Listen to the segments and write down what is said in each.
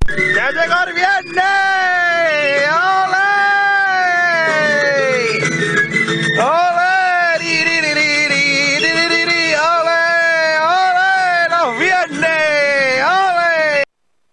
¡Ya llegó el viernes! ¡Ole! ¡Ole! ¡Ole! ¡Ole! ¡Los viernes! ¡Ole!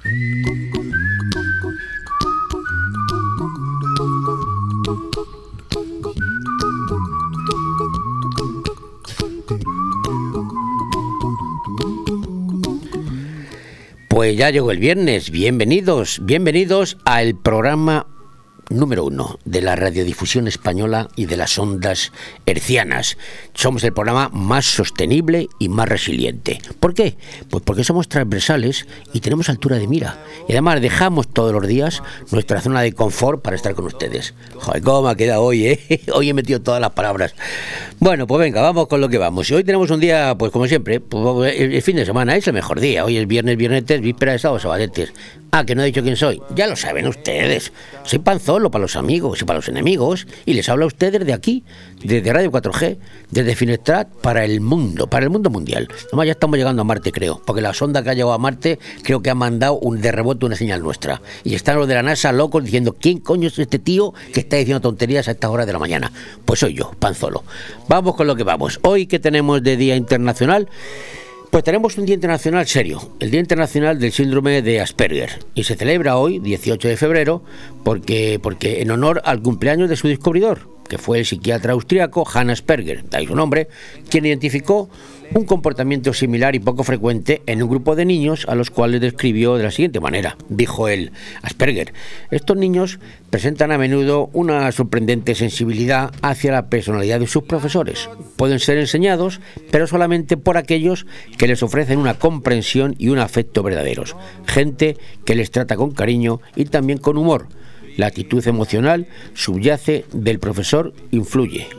Pues ya llegó el viernes, bienvenidos al programa número 1 de la radiodifusión española y de las ondas hercianas. Somos el programa más sostenible y más resiliente. ¿Por qué? Pues porque somos transversales y tenemos altura de mira. Y además dejamos todos los días nuestra zona de confort para estar con ustedes. Joder, cómo me ha quedado hoy, ¿eh? Hoy he metido todas las palabras. Bueno, pues venga, vamos con lo que vamos. Y hoy tenemos un día, pues como siempre, pues, el fin de semana es el mejor día. Hoy es viernes, víspera de sábado, sabadetes. Ah, que no he dicho quién soy. Ya lo saben ustedes. Soy Panzolo para los amigos y para los enemigos. Y les hablo a ustedes desde aquí, desde Radio 4G, desde Finestrat para el mundo mundial. Además ya estamos llegando a Marte, creo. Porque la sonda que ha llegado a Marte creo que ha mandado de rebote una señal nuestra. Y están los de la NASA locos diciendo, ¿quién coño es este tío que está diciendo tonterías a estas horas de la mañana? Pues soy yo, Panzolo. Vamos con lo que vamos. Hoy, ¿qué tenemos de Día Internacional? Pues tenemos un Día Internacional serio, el Día Internacional del Síndrome de Asperger, y se celebra hoy, 18 de febrero, porque en honor al cumpleaños de su descubridor, que fue el psiquiatra austriaco Hans Asperger, de ahí su nombre, quien identificó un comportamiento similar y poco frecuente en un grupo de niños a los cuales describió de la siguiente manera. Dijo él, Asperger, estos niños presentan a menudo una sorprendente sensibilidad hacia la personalidad de sus profesores. Pueden ser enseñados, pero solamente por aquellos que les ofrecen una comprensión y un afecto verdaderos. Gente que les trata con cariño y también con humor. La actitud emocional subyacente del profesor influye,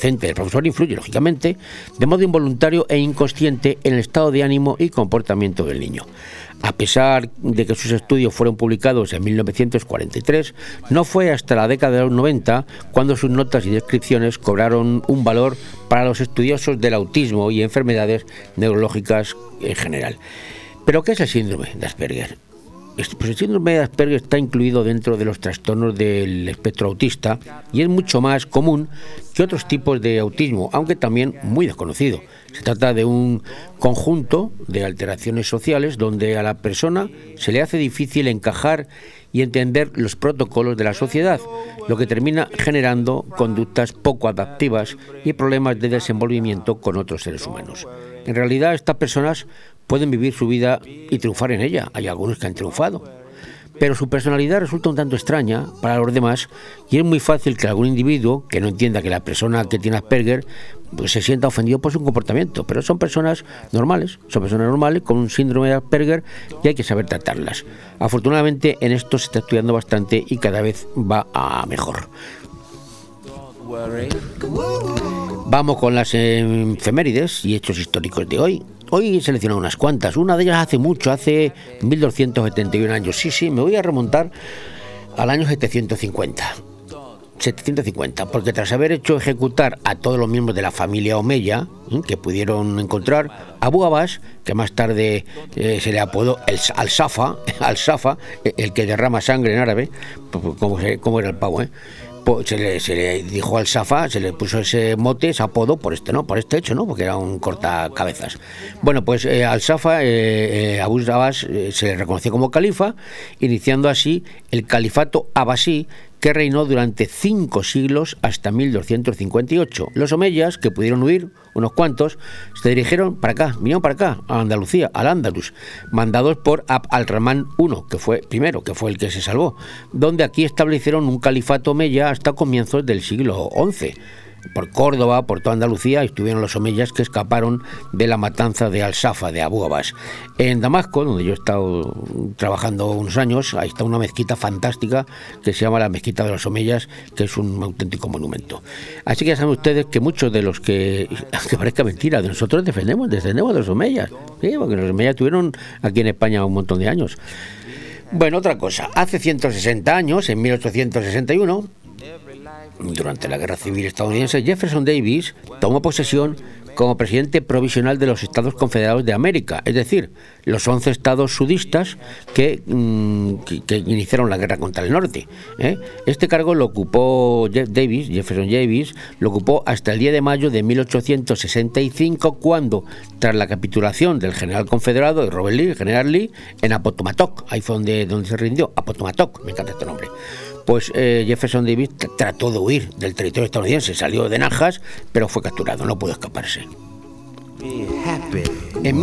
lógicamente, de modo involuntario e inconsciente en el estado de ánimo y comportamiento del niño. A pesar de que sus estudios fueron publicados en 1943, no fue hasta la década de los 90 cuando sus notas y descripciones cobraron un valor para los estudiosos del autismo y enfermedades neurológicas en general. ¿Pero qué es el síndrome de Asperger? Pues el síndrome de Asperger está incluido dentro de los trastornos del espectro autista y es mucho más común que otros tipos de autismo, aunque también muy desconocido. Se trata de un conjunto de alteraciones sociales donde a la persona se le hace difícil encajar y entender los protocolos de la sociedad, lo que termina generando conductas poco adaptivas y problemas de desenvolvimiento con otros seres humanos. En realidad, estas personas pueden vivir su vida y triunfar en ella. Hay algunos que han triunfado. Pero su personalidad resulta un tanto extraña para los demás y es muy fácil que algún individuo que no entienda que la persona que tiene Asperger pues se sienta ofendido por su comportamiento. Pero son personas normales con un síndrome de Asperger y hay que saber tratarlas. Afortunadamente en esto se está estudiando bastante y cada vez va a mejor. Vamos con las efemérides y hechos históricos de hoy. Hoy he seleccionado unas cuantas, una de ellas hace 1271 años. Sí, me voy a remontar al año 750, porque tras haber hecho ejecutar a todos los miembros de la familia Omeya, que pudieron encontrar, Abu Abbas, que más tarde se le apodó Al-Safa, el que derrama sangre en árabe, como era el pavo, se le dijo al Safa, se le puso ese mote, ese apodo por este hecho, ¿no? Porque era un cortacabezas. Bueno, pues al Safa, Abu Abbas, se le reconoció como califa, iniciando así el califato abasí, que reinó durante 5 siglos hasta 1258. Los omeyas, que pudieron huir, unos cuantos, se vinieron para acá, a Andalucía, al Andalus, mandados por Abd al-Rahman I, que fue el que se salvó, donde aquí establecieron un califato omeya hasta comienzos del siglo XI. Por Córdoba, por toda Andalucía, estuvieron los omeyas que escaparon de la matanza de Al-Safa, de Abu Abbas. En Damasco, donde yo he estado trabajando unos años, ahí está una mezquita fantástica que se llama la Mezquita de los Omeyas, que es un auténtico monumento. Así que ya saben ustedes que muchos de los que, aunque parezca mentira, de nosotros descendemos de los omeyas, ¿sí? Porque los omeyas estuvieron aquí en España un montón de años. Bueno, otra cosa, hace 160 años, en 1861, durante la Guerra Civil estadounidense, Jefferson Davis tomó posesión como presidente provisional de los Estados Confederados de América, es decir, los 11 estados sudistas que iniciaron la guerra contra el norte. Este cargo lo ocupó Jefferson Davis, lo ocupó hasta el 10 de mayo de 1865, cuando, tras la capitulación del general confederado de Robert Lee, el general Lee, en Appomattox, ahí fue donde se rindió, Appomattox, me encanta este nombre. Pues Jefferson Davis trató de huir del territorio estadounidense, salió de Najas, pero fue capturado, no pudo escaparse. En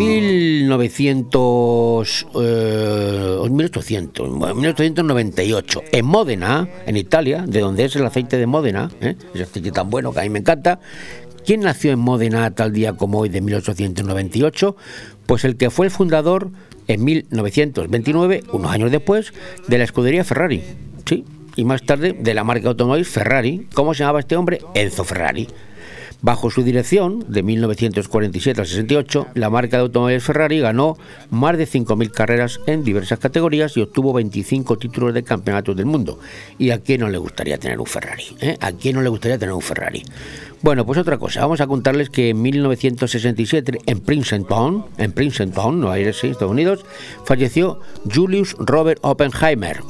1898, en Módena, en Italia, de donde es el aceite de Módena, ese aceite tan bueno que a mí me encanta. ¿Quién nació en Módena tal día como hoy de 1898? Pues el que fue el fundador en 1929, unos años después, de la escudería Ferrari. Sí, y más tarde de la marca automóvil Ferrari. ¿Cómo se llamaba este hombre? Enzo Ferrari. Bajo su dirección, de 1947 al 68, la marca de automóviles Ferrari ganó más de 5.000 carreras en diversas categorías y obtuvo 25 títulos de campeonatos del mundo. ¿Y a quién no le gustaría tener un Ferrari? ¿A quién no le gustaría tener un Ferrari? Bueno, pues otra cosa, vamos a contarles que en 1967, en Princeton, Nueva Jersey, Estados Unidos, falleció Julius Robert Oppenheimer.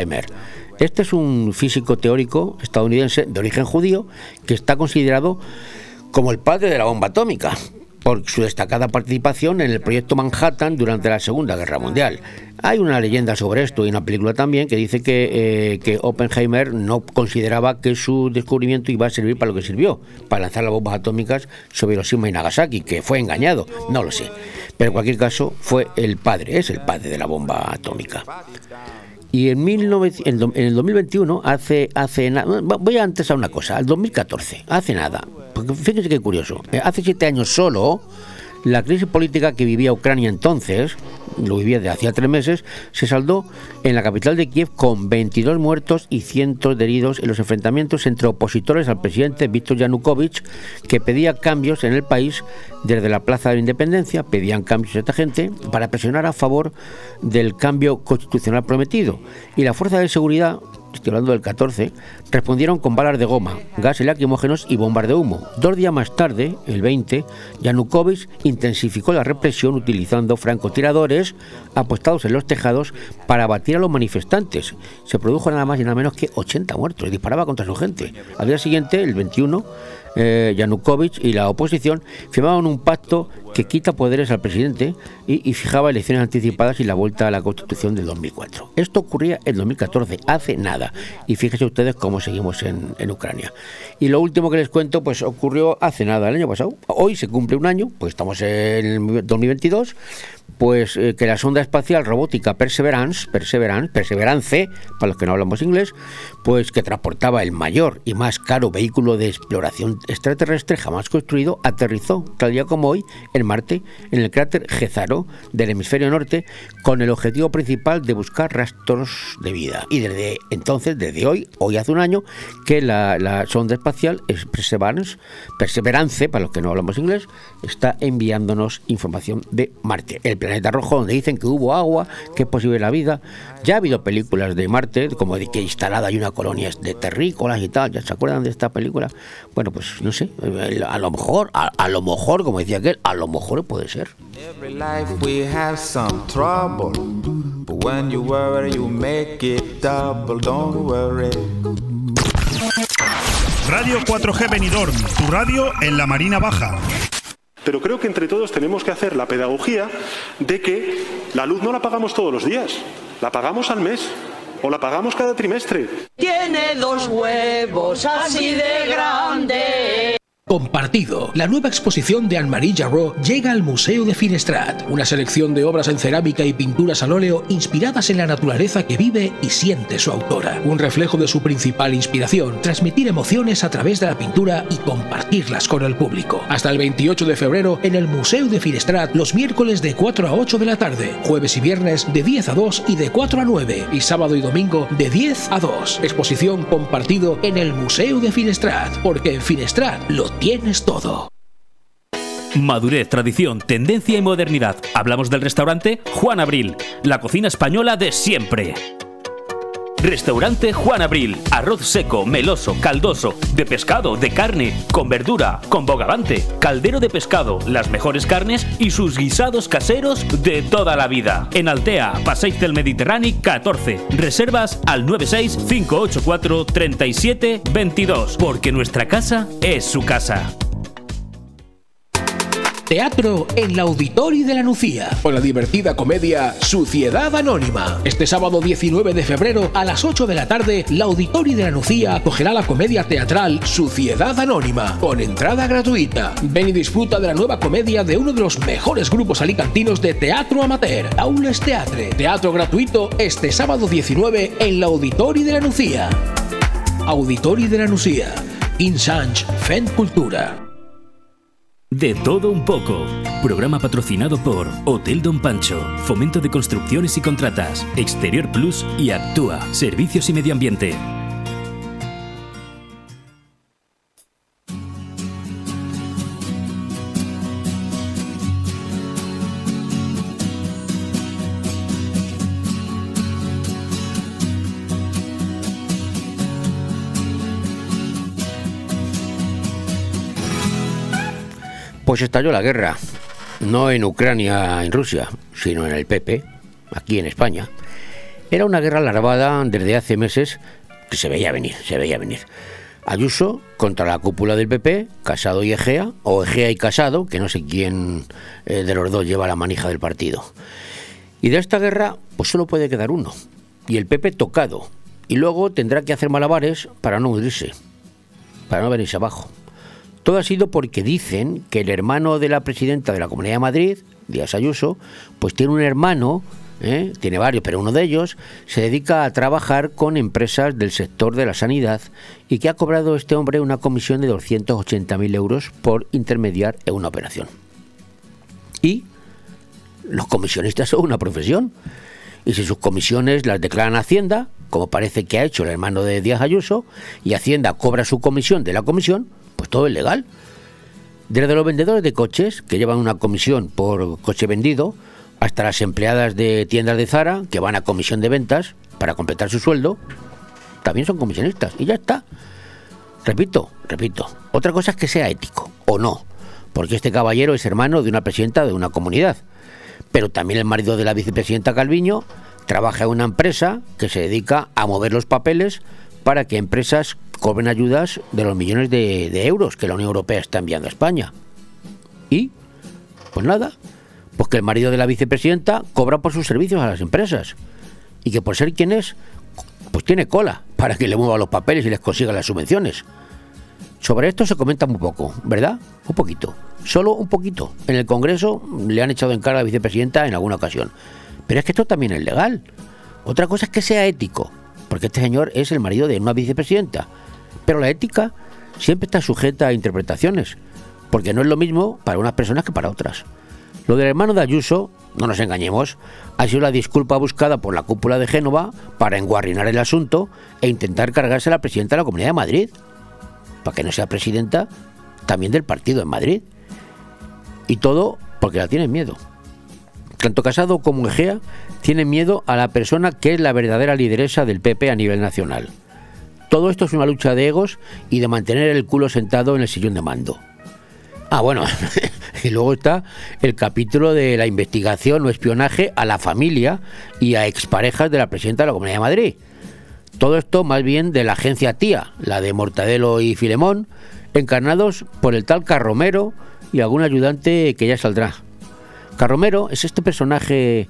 Este es un físico teórico estadounidense de origen judío que está considerado como el padre de la bomba atómica por su destacada participación en el proyecto Manhattan durante la Segunda Guerra Mundial. Hay una leyenda sobre esto y una película también que dice que Oppenheimer no consideraba que su descubrimiento iba a servir para lo que sirvió, para lanzar las bombas atómicas sobre Hiroshima y Nagasaki, que fue engañado, no lo sé. Pero en cualquier caso es el padre de la bomba atómica. Y en el 2021, voy a antes a una cosa, al 2014, hace nada, porque fíjense qué curioso, hace 7 años solo, la crisis política que vivía Ucrania entonces, lo vivía desde hacía 3 meses, se saldó en la capital de Kiev con 22 muertos y cientos de heridos en los enfrentamientos entre opositores al presidente Víctor Yanukovych, que pedía cambios en el país desde la Plaza de la Independencia, pedían cambios a esta gente para presionar a favor del cambio constitucional prometido. Y la fuerza de seguridad, estoy hablando del 14, respondieron con balas de goma, gases lacrimógenos y bombas de humo. 2 días más tarde, el 20, Yanukovych intensificó la represión utilizando francotiradores apostados en los tejados para abatir a los manifestantes. Se produjo nada más y nada menos que 80 muertos, disparaba contra su gente. Al día siguiente, el 21, Yanukovych y la oposición firmaron un pacto que quita poderes al presidente y fijaba elecciones anticipadas y la vuelta a la Constitución del 2004. Esto ocurría en 2014, hace nada. Y fíjense ustedes cómo seguimos en Ucrania. Y lo último que les cuento, pues ocurrió hace nada, el año pasado. Hoy se cumple un año, pues estamos en el 2022, pues que la sonda espacial robótica Perseverance, para los que no hablamos inglés, pues que transportaba el mayor y más caro vehículo de exploración extraterrestre jamás construido, aterrizó tal día como hoy en Marte, en el cráter Jezero del hemisferio norte, con el objetivo principal de buscar rastros de vida. Y desde entonces, desde hoy hace un año, que la sonda espacial Perseverance, para los que no hablamos inglés, está enviándonos información de Marte, el planeta rojo, donde dicen que hubo agua, que es posible la vida. Ya ha habido películas de Marte, como de que instalada hay una colonia de terrícolas y tal. ¿Ya se acuerdan de esta película? Bueno, pues no sé, a lo mejor, como decía aquel, a lo mejor puede ser. Every life we have some trouble, but when you worry you make it double, don't worry. Radio 4G Benidorm, tu radio en la Marina Baja. Pero creo que entre todos tenemos que hacer la pedagogía de que la luz no la pagamos todos los días, la pagamos al mes o la pagamos cada trimestre. Tiene 2 huevos así de grandes. Compartido. La nueva exposición de Anne-Marie Jarrot llega al Museo de Finestrat, una selección de obras en cerámica y pinturas al óleo inspiradas en la naturaleza que vive y siente su autora. Un reflejo de su principal inspiración, transmitir emociones a través de la pintura y compartirlas con el público. Hasta el 28 de febrero en el Museo de Finestrat, los miércoles de 4 a 8 de la tarde, jueves y viernes de 10 a 2 y de 4 a 9, y sábado y domingo de 10 a 2. Exposición Compartido en el Museo de Finestrat, porque en Finestrat lo tienes todo. Madurez, tradición, tendencia y modernidad. Hablamos del restaurante Juan Abril, la cocina española de siempre. Restaurante Juan Abril. Arroz seco, meloso, caldoso, de pescado, de carne, con verdura, con bogavante, caldero de pescado, las mejores carnes y sus guisados caseros de toda la vida. En Altea, Passeig del Mediterrani 14. Reservas al 96 584 37 22, porque nuestra casa es su casa. Teatro en la Auditori de la Nucía, con la divertida comedia Suciedad Anónima. Este sábado 19 de febrero a las 8 de la tarde, la Auditori de la Nucía acogerá la comedia teatral Suciedad Anónima, con entrada gratuita. Ven y disfruta de la nueva comedia de uno de los mejores grupos alicantinos de teatro amateur, Aules Teatre. Teatro gratuito este sábado 19 en la Auditori de la Nucía. Auditori de la Nucía, Insanch Fent Cultura. De todo un poco. Programa patrocinado por Hotel Don Pancho, Fomento de Construcciones y Contratas, Exterior Plus y Actúa, Servicios y Medio Ambiente. Pues estalló la guerra, no en Ucrania, en Rusia, sino en el PP, aquí en España. Era una guerra larvada desde hace meses que se veía venir. Ayuso contra la cúpula del PP, Casado y Egea, o Egea y Casado, que no sé quién de los dos lleva la manija del partido. Y de esta guerra, pues solo puede quedar uno, y el PP tocado, y luego tendrá que hacer malabares para no hundirse, para no venirse abajo. Todo ha sido porque dicen que el hermano de la presidenta de la Comunidad de Madrid, Díaz Ayuso, pues tiene un hermano, tiene varios, pero uno de ellos se dedica a trabajar con empresas del sector de la sanidad y que ha cobrado este hombre una comisión de 280.000 euros por intermediar en una operación. Y los comisionistas son una profesión, y si sus comisiones las declaran a Hacienda, como parece que ha hecho el hermano de Díaz Ayuso, y Hacienda cobra su comisión de la comisión, pues todo es legal. Desde los vendedores de coches, que llevan una comisión por coche vendido, hasta las empleadas de tiendas de Zara, que van a comisión de ventas para completar su sueldo, también son comisionistas, y ya está. Repito, otra cosa es que sea ético, o no, porque este caballero es hermano de una presidenta de una comunidad, pero también el marido de la vicepresidenta Calviño trabaja en una empresa que se dedica a mover los papeles para que empresas cobren ayudas de los millones de euros que la Unión Europea está enviando a España. Y, pues nada, pues que el marido de la vicepresidenta cobra por sus servicios a las empresas y que por ser quien es, pues tiene cola para que le mueva los papeles y les consiga las subvenciones. Sobre esto se comenta muy poco, ¿verdad? Un poquito, solo un poquito. En el Congreso le han echado en cara a la vicepresidenta en alguna ocasión. Pero es que esto también es legal. Otra cosa es que sea ético, porque este señor es el marido de una vicepresidenta. Pero la ética siempre está sujeta a interpretaciones, porque no es lo mismo para unas personas que para otras. Lo del hermano de Ayuso, no nos engañemos, ha sido la disculpa buscada por la cúpula de Génova para enguarrinar el asunto e intentar cargarse a la presidenta de la Comunidad de Madrid, para que no sea presidenta también del partido en Madrid. Y todo porque la tienen miedo. Tanto Casado como Egea tienen miedo a la persona que es la verdadera lideresa del PP a nivel nacional. Todo esto es una lucha de egos y de mantener el culo sentado en el sillón de mando. Ah, bueno, y luego está el capítulo de la investigación o espionaje a la familia y a exparejas de la presidenta de la Comunidad de Madrid. Todo esto más bien de la agencia tía, la de Mortadelo y Filemón, encarnados por el tal Carromero y algún ayudante que ya saldrá. Carromero es este personaje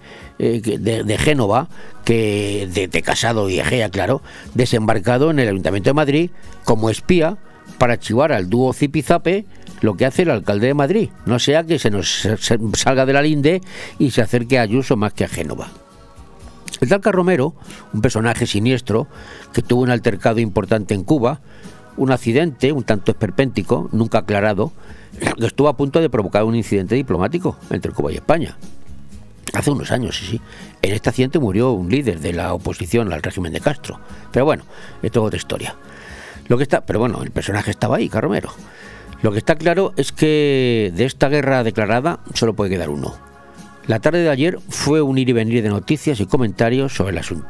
de Génova, que de Casado y Egea, claro, desembarcado en el Ayuntamiento de Madrid como espía para archivar al dúo Zipizape lo que hace el alcalde de Madrid, no sea que se nos salga de la linde y se acerque a Ayuso más que a Génova. El tal Carromero, un personaje siniestro que tuvo un altercado importante en Cuba, un accidente un tanto esperpéntico, nunca aclarado, que estuvo a punto de provocar un incidente diplomático entre Cuba y España. Hace unos años, sí. En este accidente murió un líder de la oposición al régimen de Castro. Pero bueno, esto es otra historia. Pero bueno, el personaje estaba ahí, Carromero. Lo que está claro es que de esta guerra declarada solo puede quedar uno. La tarde de ayer fue un ir y venir de noticias y comentarios sobre el asunto.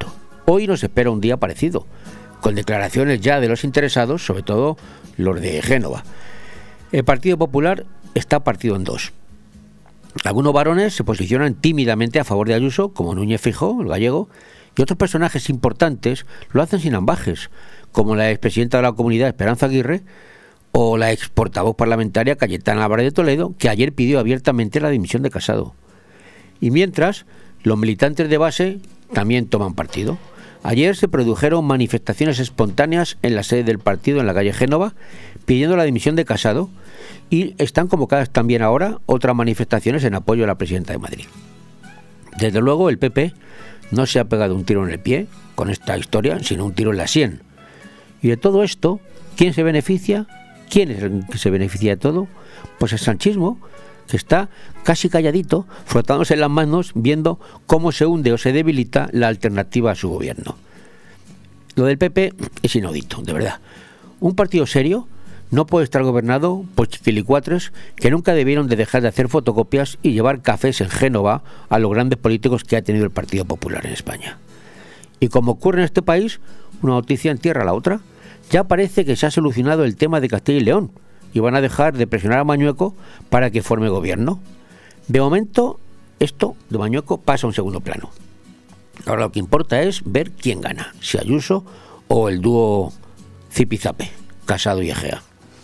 Hoy nos espera un día parecido, con declaraciones ya de los interesados, sobre todo los de Génova. El Partido Popular está partido en dos. Algunos varones se posicionan tímidamente a favor de Ayuso, como Núñez Feijóo, el gallego, y otros personajes importantes lo hacen sin ambajes, como la expresidenta de la Comunidad, Esperanza Aguirre, o la ex portavoz parlamentaria Cayetana Álvarez de Toledo, que ayer pidió abiertamente la dimisión de Casado. Y mientras, los militantes de base también toman partido. Ayer se produjeron manifestaciones espontáneas en la sede del partido en la calle Génova, pidiendo la dimisión de Casado, y están convocadas también ahora otras manifestaciones en apoyo a la presidenta de Madrid. Desde luego el PP no se ha pegado un tiro en el pie con esta historia, sino un tiro en la sien. Y de todo esto, ¿quién se beneficia? ¿Quién es el que se beneficia de todo? Pues el sanchismo, que está casi calladito, frotándose las manos, viendo cómo se hunde o se debilita la alternativa a su gobierno. Lo del PP es inaudito, de verdad. Un partido serio no puede estar gobernado por chiquilicuatres que nunca debieron de dejar de hacer fotocopias y llevar cafés en Génova a los grandes políticos que ha tenido el Partido Popular en España. Y como ocurre en este país, una noticia entierra la otra. Ya parece que se ha solucionado el tema de Castilla y León y van a dejar de presionar a Mañueco para que forme gobierno. De momento, esto de Mañueco pasa a un segundo plano. Ahora lo que importa es ver quién gana, si Ayuso o el dúo Zipizape, Casado y Egea.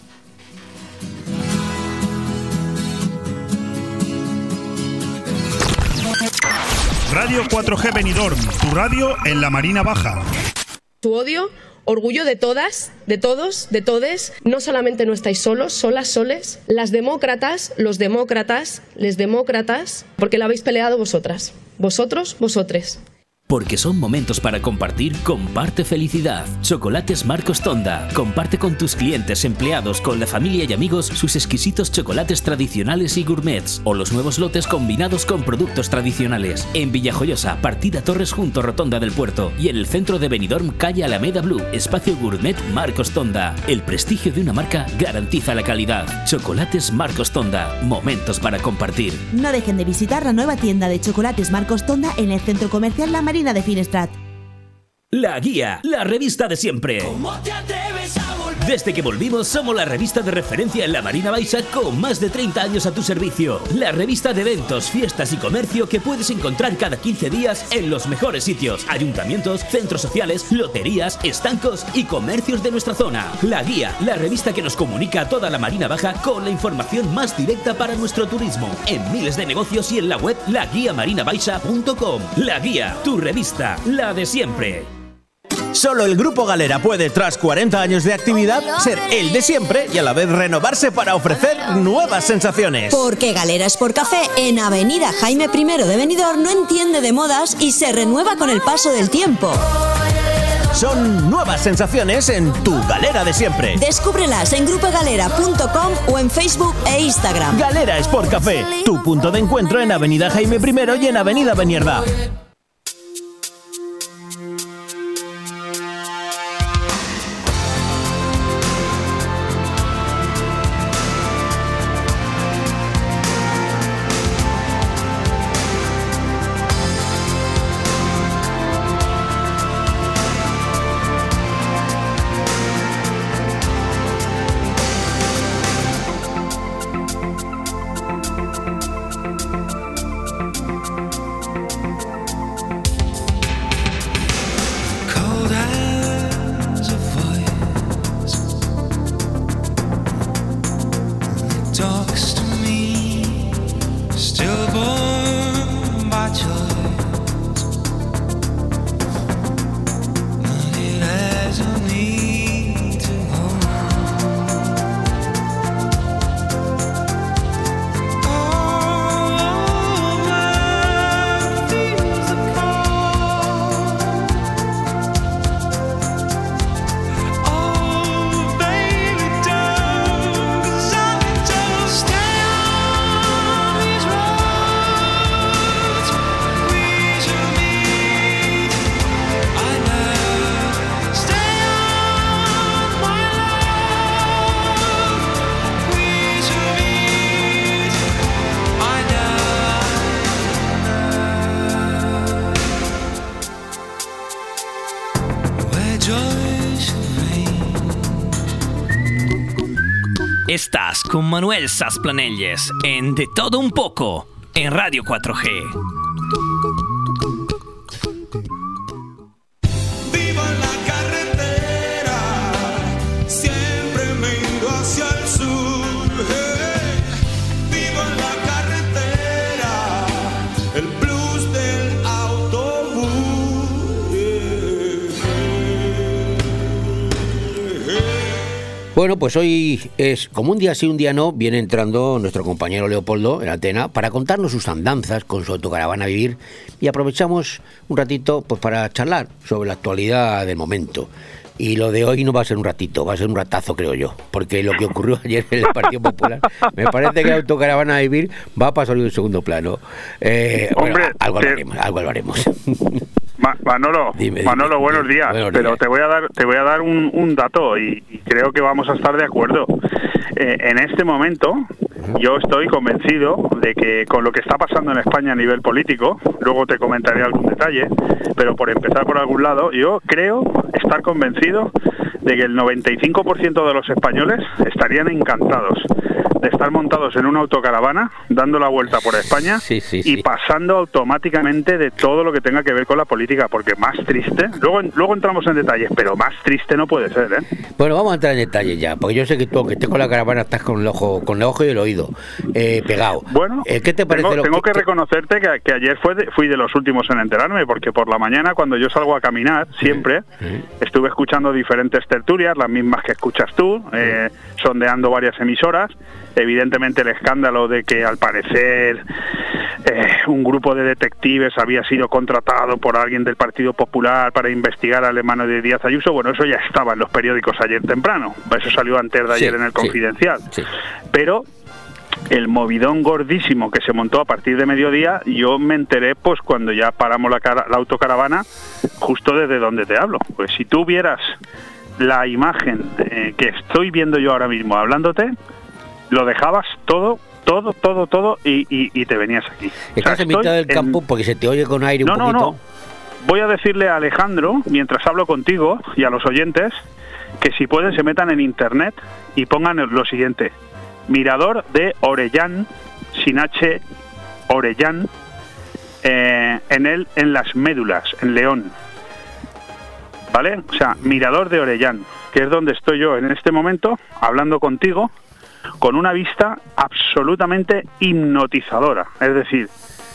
Radio 4G Benidorm, tu radio en la Marina Baja. Tu odio, orgullo de todas, de todos, de todes. No solamente no estáis solos, solas, soles. Las demócratas, los demócratas, les demócratas, porque la habéis peleado vosotras. Vosotros, vosotres. Porque son momentos para compartir, comparte felicidad. Chocolates Marcos Tonda. Comparte con tus clientes, empleados, con la familia y amigos sus exquisitos chocolates tradicionales y gourmets o los nuevos lotes combinados con productos tradicionales. En Villajoyosa, partida Torres junto a Rotonda del Puerto y en el centro de Benidorm, calle Alameda Blue, espacio gourmet Marcos Tonda. El prestigio de una marca garantiza la calidad. Chocolates Marcos Tonda. Momentos para compartir. No dejen de visitar la nueva tienda de chocolates Marcos Tonda en el centro comercial La Marina de Finestrat. La Guía, la revista de siempre. Desde que volvimos somos la revista de referencia en la Marina Baixa con más de 30 años a tu servicio. La revista de eventos, fiestas y comercio que puedes encontrar cada 15 días en los mejores sitios, ayuntamientos, centros sociales, loterías, estancos y comercios de nuestra zona. La Guía, la revista que nos comunica a toda la Marina Baja con la información más directa para nuestro turismo, en miles de negocios y en la web laguiamarinabaixa.com. La Guía, tu revista, la de siempre. Solo el Grupo Galera puede, tras 40 años de actividad, ser el de siempre y a la vez renovarse para ofrecer nuevas sensaciones. Porque Galera Sport Café en Avenida Jaime I de Benidorm no entiende de modas y se renueva con el paso del tiempo. Son nuevas sensaciones en tu Galera de siempre. Descúbrelas en grupogalera.com o en Facebook e Instagram. Galera Sport Café, tu punto de encuentro en Avenida Jaime I y en Avenida Benierda. Estás con Manuel Sasplanelles en De Todo Un Poco en Radio 4G. Vivo en la carretera, siempre me indo hacia el sur. Vivo en la carretera, el blues del autobús. Bueno, pues hoy es como un día sí, un día no, viene entrando nuestro compañero Leopoldo en Atena para contarnos sus andanzas con su autocaravana Vivir, y aprovechamos un ratito pues para charlar sobre la actualidad del momento. Y lo de hoy no va a ser un ratito, va a ser un ratazo, creo yo, porque lo que ocurrió ayer en el Partido Popular, me parece que la autocaravana Vivir va a pasar en segundo plano. Hombre, algo haremos. Manolo, buenos días. Pero te voy a dar un dato y creo que vamos a estar de acuerdo. En este momento yo estoy convencido de que con lo que está pasando en España a nivel político, luego te comentaré algún detalle, pero por empezar por algún lado, yo creo estar convencido de que el 95% de los españoles estarían encantados de estar montados en una autocaravana, dando la vuelta por España y pasando automáticamente de todo lo que tenga que ver con la política, porque más triste, luego entramos en detalles, pero más triste no puede ser, ¿eh? Bueno, vamos a entrar en detalles ya, porque yo sé que tú, aunque estés con la caravana, estás con el ojo y el oído pegado. Bueno, ¿qué te parece? Tengo que reconocerte que ayer fui de los últimos en enterarme, porque por la mañana, cuando yo salgo a caminar, siempre estuve escuchando diferentes tertulias, las mismas que escuchas tú, sondeando varias emisoras. Evidentemente el escándalo de que al parecer un grupo de detectives había sido contratado por alguien del Partido Popular para investigar al hermano de Díaz Ayuso, bueno, eso ya estaba en los periódicos ayer temprano, eso salió antes de ayer en el Confidencial. Pero el movidón gordísimo que se montó a partir de mediodía, yo me enteré pues cuando ya paramos la autocaravana, justo desde donde te hablo. Pues si tú vieras la imagen que estoy viendo yo ahora mismo hablándote, lo dejabas todo y te venías aquí. Estás en mitad del campo porque se te oye con aire un poquito. No. Voy a decirle a Alejandro, mientras hablo contigo, y a los oyentes, que si pueden se metan en internet y pongan lo siguiente: Mirador de Orellán, sin H, Orellán, en Las Médulas, en León. ¿Vale? O sea, Mirador de Orellán, que es donde estoy yo en este momento, hablando contigo, con una vista absolutamente hipnotizadora. Es decir,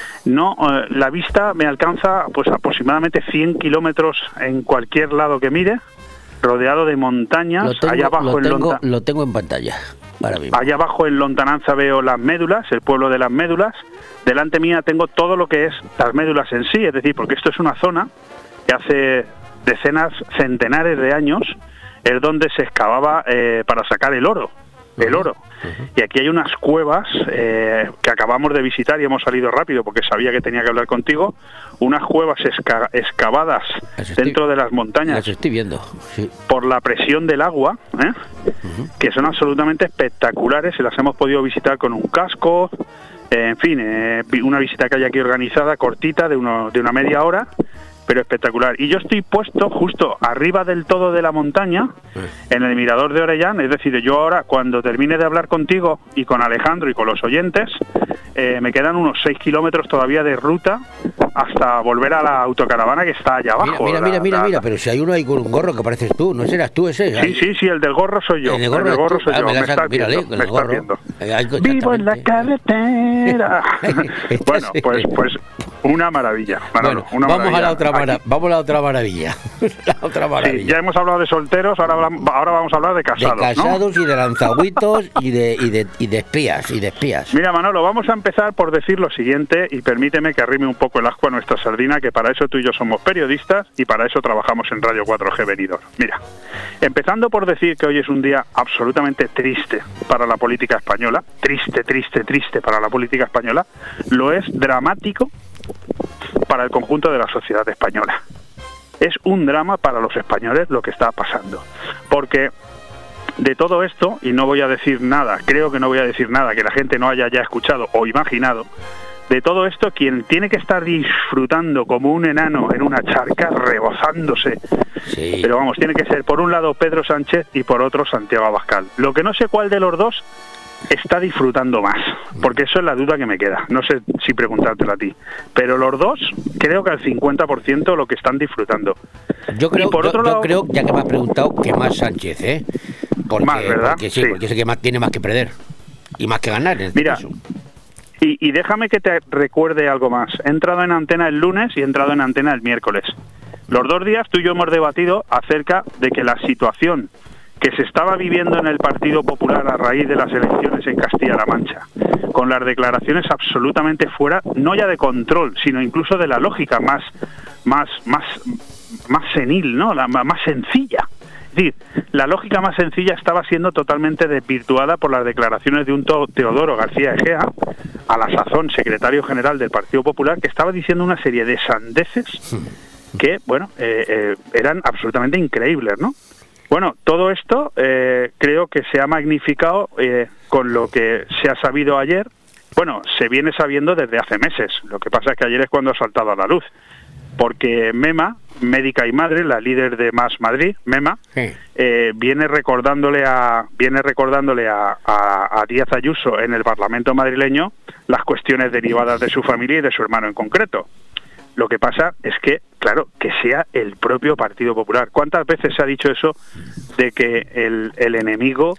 la vista me alcanza pues aproximadamente 100 kilómetros en cualquier lado que mire, rodeado de montañas. Allá abajo lo tengo en pantalla. Allá abajo en Lontananza veo Las Médulas, el pueblo de Las Médulas. Delante mía tengo todo lo que es Las Médulas en sí, es decir, porque esto es una zona que hace decenas, centenares de años es donde se excavaba para sacar el oro. Y aquí hay unas cuevas que acabamos de visitar y hemos salido rápido porque sabía que tenía que hablar contigo, unas cuevas excavadas dentro de las montañas. Las estoy viendo, sí. Por la presión del agua, que son absolutamente espectaculares, y las hemos podido visitar con un casco, en fin, una visita que hay aquí organizada, cortita, de una media hora, pero espectacular. Y yo estoy puesto justo arriba del todo de la montaña, en el Mirador de Orellán. Es decir, yo ahora, cuando termine de hablar contigo y con Alejandro y con los oyentes, me quedan unos 6 kilómetros todavía de ruta hasta volver a la autocaravana que está allá abajo. Mira, pero si hay uno ahí con un gorro que pareces tú, ¿no serás tú ese? Sí, el del gorro soy yo. El gorro soy yo. Me estás viendo. Vivo en la carretera. Bueno, pues una maravilla. Manolo, una vamos maravilla. Vamos a la otra maravilla. Sí, ya hemos hablado de solteros, ahora vamos a hablar de casados. De casados, ¿no? Y de lanzagüitos y de espías. Mira, Manolo, vamos a empezar por decir lo siguiente, y permíteme que arrime un poco el ascua a nuestra sardina, que para eso tú y yo somos periodistas y para eso trabajamos en Radio 4G Benidorm. Mira, empezando por decir que hoy es un día absolutamente triste para la política española, triste para la política española, lo es dramático para el conjunto de la sociedad española. Es un drama para los españoles lo que está pasando, porque de todo esto, y no voy a decir nada, creo que no voy a decir nada que la gente no haya ya escuchado o imaginado, de todo esto, quien tiene que estar disfrutando como un enano en una charca, rebozándose. Sí. Pero vamos, tiene que ser por un lado Pedro Sánchez y por otro Santiago Abascal. Lo que no sé cuál de los dos está disfrutando más, porque eso es la duda que me queda. No sé si preguntártelo a ti, pero los dos creo que al 50% lo que están disfrutando. Yo creo, y por otro lado, creo, ya que me has preguntado, que más Sánchez, ¿eh? Porque, más, ¿verdad? Porque sí, porque es el que más, tiene más que perder y más que ganar en este mira, caso. Y déjame que te recuerde algo más. He entrado en antena el lunes y he entrado en antena el miércoles. Los 2 días tú y yo hemos debatido acerca de que la situación que se estaba viviendo en el Partido Popular a raíz de las elecciones en Castilla-La Mancha, con las declaraciones absolutamente fuera, no ya de control, sino incluso de la lógica más senil, ¿no? La más sencilla. Es decir, la lógica más sencilla estaba siendo totalmente desvirtuada por las declaraciones de un Teodoro García Egea, a la sazón secretario general del Partido Popular, que estaba diciendo una serie de sandeces que, bueno, eran absolutamente increíbles, ¿no? Bueno, todo esto creo que se ha magnificado con lo que se ha sabido ayer. Bueno, se viene sabiendo desde hace meses. Lo que pasa es que ayer es cuando ha saltado a la luz. Porque Mema, médica y madre, la líder de Más Madrid, Mema, Sí. viene recordándole a Díaz Ayuso en el Parlamento madrileño las cuestiones derivadas de su familia y de su hermano en concreto. Lo que pasa es que, claro, que sea el propio Partido Popular. ¿Cuántas veces se ha dicho eso de que el enemigo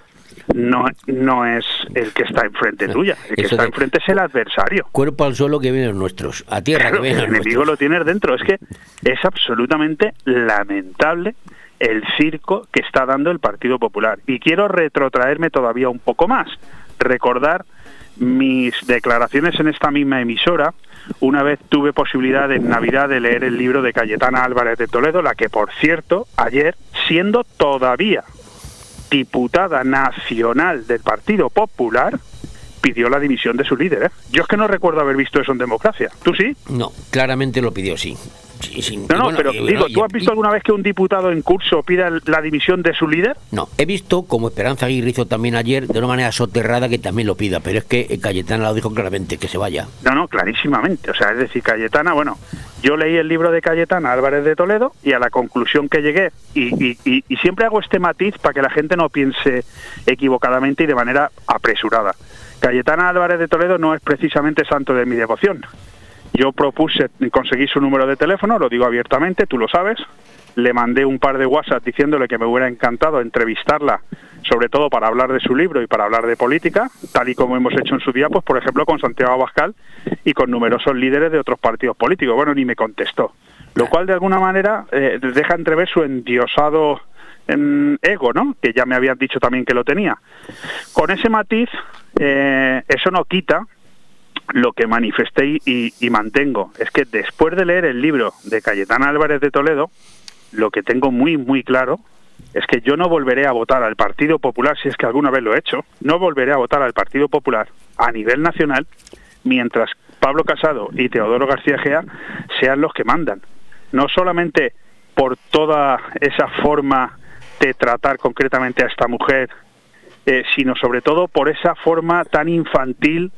no es el que está enfrente tuya? El que está enfrente es el adversario. Cuerpo al suelo que vienen los nuestros, a tierra Claro, que vienen el los enemigo lo tienes dentro. Es que es absolutamente lamentable el circo que está dando el Partido Popular. Y quiero retrotraerme todavía un poco más. Recordar mis declaraciones en esta misma emisora. Una vez tuve posibilidad en Navidad de leer el libro de Cayetana Álvarez de Toledo, la que, por cierto, ayer, siendo todavía diputada nacional del Partido Popular, pidió la dimisión de su líder, ¿eh? Yo es que no recuerdo haber visto eso en democracia. ¿Tú sí? No, claramente lo pidió, sí. No, pero digo, ¿tú has visto alguna vez que un diputado en curso pida la dimisión de su líder? No, he visto, como Esperanza Aguirre hizo también ayer, de una manera soterrada, que también lo pida, pero es que Cayetana lo dijo claramente, que se vaya. No, clarísimamente. O sea, es decir, Cayetana, bueno, yo leí el libro de Cayetana Álvarez de Toledo y a la conclusión que llegué, y siempre hago este matiz para que la gente no piense equivocadamente y de manera apresurada. Cayetana Álvarez de Toledo no es precisamente santo de mi devoción. Yo propuse conseguir su número de teléfono, lo digo abiertamente, tú lo sabes. Le mandé un par de WhatsApp diciéndole que me hubiera encantado entrevistarla, sobre todo para hablar de su libro y para hablar de política, tal y como hemos hecho en su día, pues por ejemplo con Santiago Abascal y con numerosos líderes de otros partidos políticos. Bueno, ni me contestó. Lo cual de alguna manera deja entrever su endiosado ego, ¿no? Que ya me habían dicho también que lo tenía. Con ese matiz, eso no quita lo que manifesté y mantengo. Es que después de leer el libro de Cayetana Álvarez de Toledo, lo que tengo muy, muy claro es que yo no volveré a votar al Partido Popular, si es que alguna vez lo he hecho, no volveré a votar al Partido Popular a nivel nacional mientras Pablo Casado y Teodoro García Egea sean los que mandan. No solamente por toda esa forma de tratar concretamente a esta mujer, sino sobre todo por esa forma tan infantil,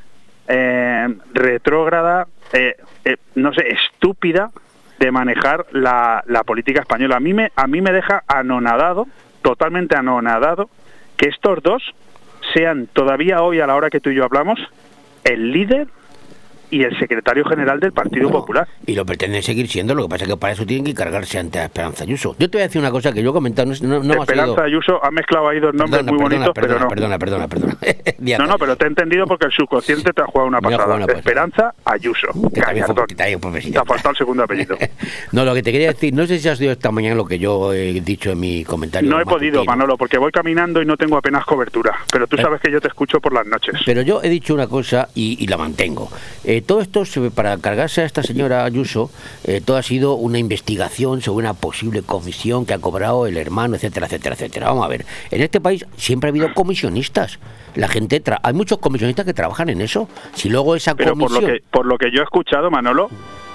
retrógrada, no sé, estúpida de manejar la política española. A mí me deja anonadado, totalmente anonadado, que estos dos sean todavía hoy, a la hora que tú y yo hablamos, el líder y el secretario general del Partido Popular. Y lo pretenden seguir siendo, lo que pasa es que para eso tienen que cargarse ante a Esperanza Ayuso. Yo te voy a decir una cosa que yo he comentado, no Esperanza Ayuso ha mezclado ahí dos nombres muy bonitos, pero no. Perdona. No, pero te he entendido porque el subconsciente te ha jugado una pasada. Esperanza Ayuso. Que también fue te ha faltado el segundo apellido. No, lo que te quería decir, no sé si has oído esta mañana lo que yo he dicho en mi comentario. No he podido, Manolo, porque voy caminando y no tengo apenas cobertura, pero tú sabes que yo te escucho por las noches. Pero yo he dicho una cosa y la mantengo. Todo esto, para cargarse a esta señora Ayuso, todo ha sido una investigación sobre una posible comisión que ha cobrado el hermano, etcétera, etcétera, etcétera. Vamos a ver, en este país siempre ha habido comisionistas. La gente hay muchos comisionistas que trabajan en eso. Si luego esa pero comisión... por lo que yo he escuchado, Manolo,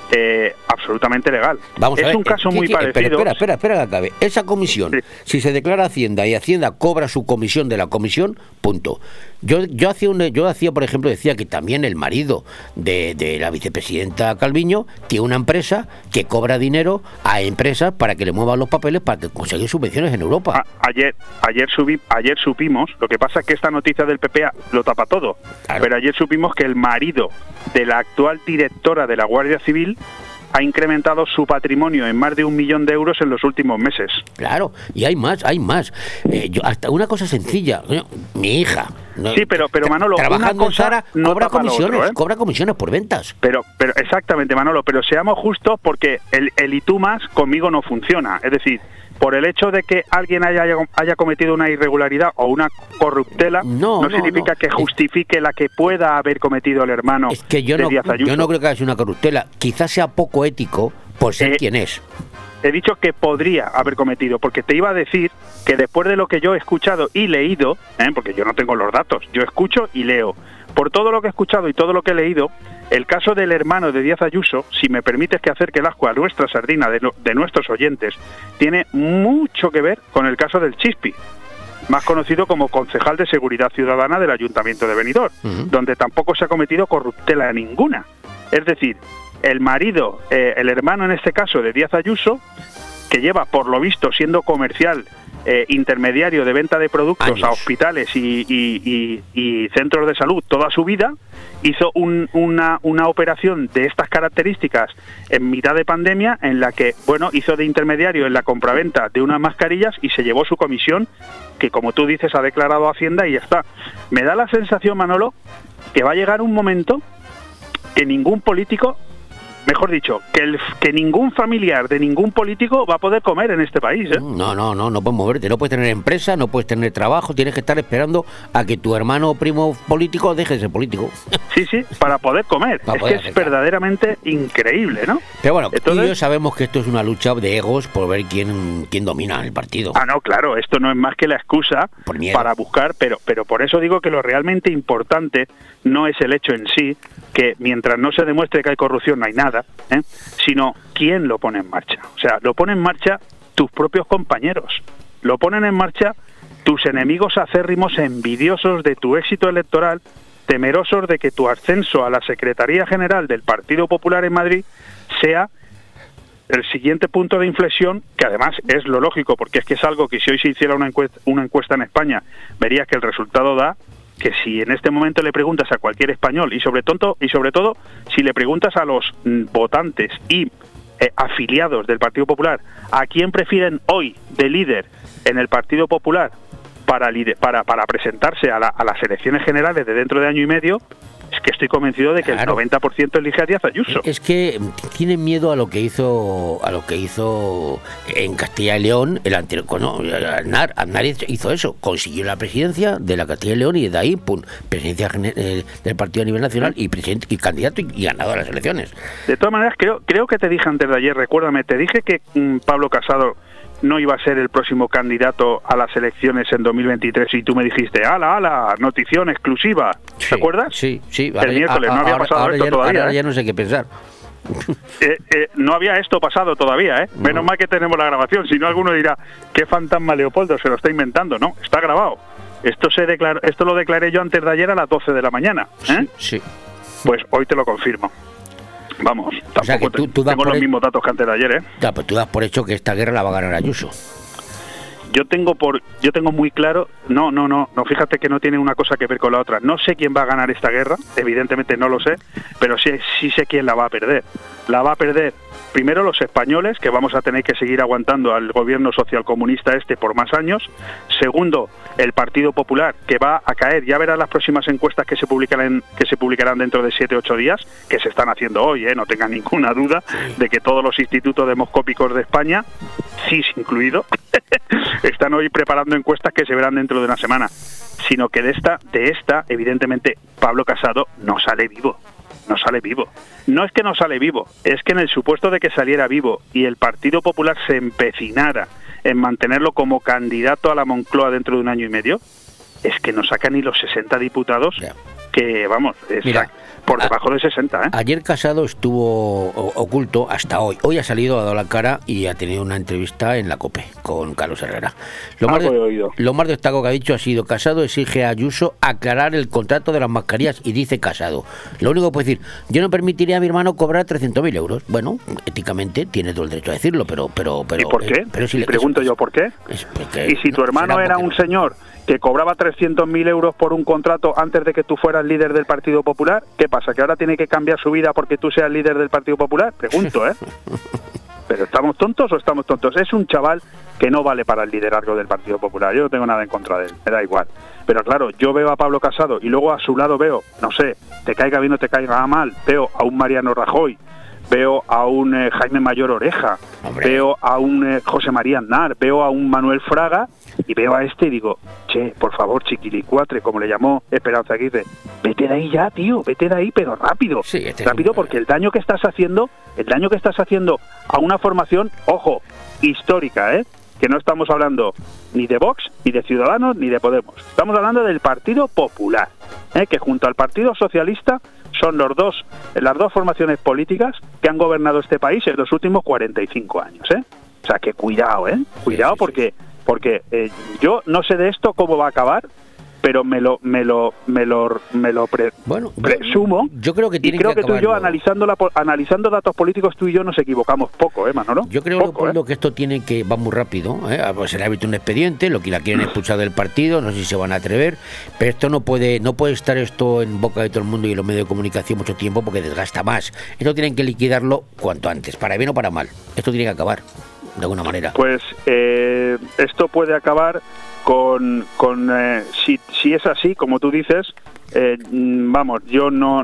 absolutamente legal. Vamos a ver, un caso muy parecido. Espera que acabe. Esa comisión, si se declara Hacienda y Hacienda cobra su comisión de la comisión, punto. Yo hacía, por ejemplo, decía que también el marido de la vicepresidenta Calviño tiene una empresa que cobra dinero a empresas para que le muevan los papeles para conseguir subvenciones en Europa. Ayer supimos, lo que pasa es que esta noticia del PP lo tapa todo, claro. Pero ayer supimos que el marido de la actual directora de la Guardia Civil ha incrementado su patrimonio en más de 1 millón de euros en los últimos meses. Claro, y hay más. Hasta una cosa sencilla, mi hija. Sí, pero Manolo, trabajando en Zara no cobra comisiones, cobra comisiones por ventas. Pero exactamente, Manolo, pero seamos justos porque el y tú más conmigo no funciona. Es decir, por el hecho de que alguien haya cometido una irregularidad o una corruptela, no significa que justifique la que pueda haber cometido el hermano de Díaz Ayuso. Yo no creo que haya sido una corruptela. Quizás sea poco ético por ser quien es. He dicho que podría haber cometido, porque te iba a decir que después de lo que yo he escuchado y leído, porque yo no tengo los datos, yo escucho y leo. Por todo lo que he escuchado y todo lo que he leído, el caso del hermano de Díaz Ayuso, si me permites que acerque el ascua a nuestra sardina de nuestros oyentes, tiene mucho que ver con el caso del Chispi, más conocido como concejal de Seguridad Ciudadana del Ayuntamiento de Benidorm, donde tampoco se ha cometido corruptela ninguna. Es decir, el marido, el hermano en este caso de Díaz Ayuso, que lleva, por lo visto, siendo comercial, intermediario de venta de productos a hospitales y centros de salud toda su vida, hizo una operación de estas características en mitad de pandemia, en la que, hizo de intermediario en la compraventa de unas mascarillas y se llevó su comisión, que, como tú dices, ha declarado Hacienda y ya está. Me da la sensación, Manolo, que va a llegar un momento que ningún político, mejor dicho, que ningún familiar de ningún político va a poder comer en este país, ¿eh? No puedes moverte, no puedes tener empresa, no puedes tener trabajo, tienes que estar esperando a que tu hermano o primo político deje de ser político. Sí, para poder comer. Es verdaderamente increíble, ¿no? Pero bueno, tú y yo sabemos que esto es una lucha de egos por ver quién domina el partido. No, claro, esto no es más que la excusa para buscar, pero por eso digo que lo realmente importante no es el hecho en sí, que mientras no se demuestre que hay corrupción no hay nada, sino quién lo pone en marcha. O sea, lo pone en marcha tus propios compañeros, lo ponen en marcha tus enemigos acérrimos, envidiosos de tu éxito electoral, temerosos de que tu ascenso a la Secretaría General del Partido Popular en Madrid sea el siguiente punto de inflexión, que además es lo lógico, porque es que es algo que si hoy se hiciera una encuesta en España, verías que el resultado da que si en este momento le preguntas a cualquier español y sobre todo si le preguntas a los votantes y afiliados del Partido Popular a quién prefieren hoy de líder en el Partido Popular para presentarse a las elecciones generales de dentro de año y medio, es que estoy convencido de que el 90% elige a Díaz Ayuso. Es que tienen miedo a lo que hizo en Castilla y León el anterior. Aznar hizo eso, consiguió la presidencia de la Castilla y León y de ahí, presidencia del partido a nivel nacional y presidente y candidato y ganador a las elecciones. De todas maneras, creo que te dije antes de ayer, recuérdame, te dije que Pablo Casado no iba a ser el próximo candidato a las elecciones en 2023 y tú me dijiste, ¡ala, notición exclusiva! ¿Te acuerdas? Sí. El miércoles no había pasado esto todavía. Ahora ya no sé qué pensar. No había esto pasado todavía, ¿eh? Menos mal que tenemos la grabación, si no alguno dirá, ¿qué fantasma Leopoldo se lo está inventando? No, está grabado. Esto lo declaré yo antes de ayer a las 12 de la mañana, ¿eh? Sí. Pues hoy te lo confirmo. Vamos, tampoco, o sea que tú tengo los mismos datos que antes de ayer, ¿eh? Ya, pues tú das por hecho que esta guerra la va a ganar Ayuso. Yo tengo muy claro, no, fíjate que no tiene una cosa que ver con la otra. No sé quién va a ganar esta guerra, evidentemente no lo sé, pero sí sé quién la va a perder. La va a perder primero los españoles, que vamos a tener que seguir aguantando al gobierno socialcomunista por más años. Segundo, el Partido Popular, que va a caer. Ya verás las próximas encuestas que se publicarán dentro de 7-8 días, que se están haciendo hoy, no tengan ninguna duda de que todos los institutos demoscópicos de España, CIS incluido, están hoy preparando encuestas que se verán dentro de una semana. Sino que de esta, evidentemente, Pablo Casado no sale vivo. No sale vivo. No es que no sale vivo, es que en el supuesto de que saliera vivo y el Partido Popular se empecinara en mantenerlo como candidato a la Moncloa dentro de un año y medio, es que no saca ni los 60 diputados que, vamos... Mira, por debajo de 60, ¿eh? Ayer Casado estuvo oculto hasta hoy. Hoy ha salido, ha dado la cara y ha tenido una entrevista en la COPE con Carlos Herrera. Lo más destacado que ha dicho ha sido: Casado exige a Ayuso aclarar el contrato de las mascarillas, y dice Casado, lo único que puede decir: yo no permitiría a mi hermano cobrar 300.000 euros. Bueno, éticamente tiene todo el derecho a decirlo, pero ¿y por qué? Pero si pregunto yo, ¿por qué? Y si tu hermano era un señor que cobraba 300.000 euros por un contrato antes de que tú fueras líder del Partido Popular, ¿qué pasa? ¿Que ahora tiene que cambiar su vida porque tú seas líder del Partido Popular? Pregunto, ¿eh? ¿Pero estamos tontos o estamos tontos? Es un chaval que no vale para el liderazgo del Partido Popular. Yo no tengo nada en contra de él, me da igual. Pero claro, yo veo a Pablo Casado y luego a su lado veo, no sé, te caiga bien o te caiga mal, veo a un Mariano Rajoy, veo a un Jaime Mayor Oreja, veo a un José María Aznar, veo a un Manuel Fraga, y veo a este y digo, che, por favor, chiquilicuatre, como le llamó Esperanza Aguirre, vete de ahí ya, tío, vete de ahí, pero rápido, rápido, porque el daño que estás haciendo a una formación, ojo, histórica, que no estamos hablando ni de Vox, ni de Ciudadanos, ni de Podemos, estamos hablando del Partido Popular, que junto al Partido Socialista son las dos formaciones políticas que han gobernado este país en los últimos 45 años, O sea, que cuidado, cuidado, porque yo no sé de esto cómo va a acabar, pero me lo presumo. Yo creo que tiene y creo que tú y yo, acabarlo. analizando datos políticos, tú y yo nos equivocamos poco, Manolo. Yo creo, Leopoldo, que esto va muy rápido, Pues se le ha abierto un expediente, lo que la quieren expulsar del partido, no sé si se van a atrever, pero esto no puede estar esto en boca de todo el mundo y en los medios de comunicación mucho tiempo, porque desgasta más. Esto tienen que liquidarlo cuanto antes, para bien o para mal. Esto tiene que acabar, de alguna manera. Pues esto puede acabar si es así, como tú dices, vamos, yo no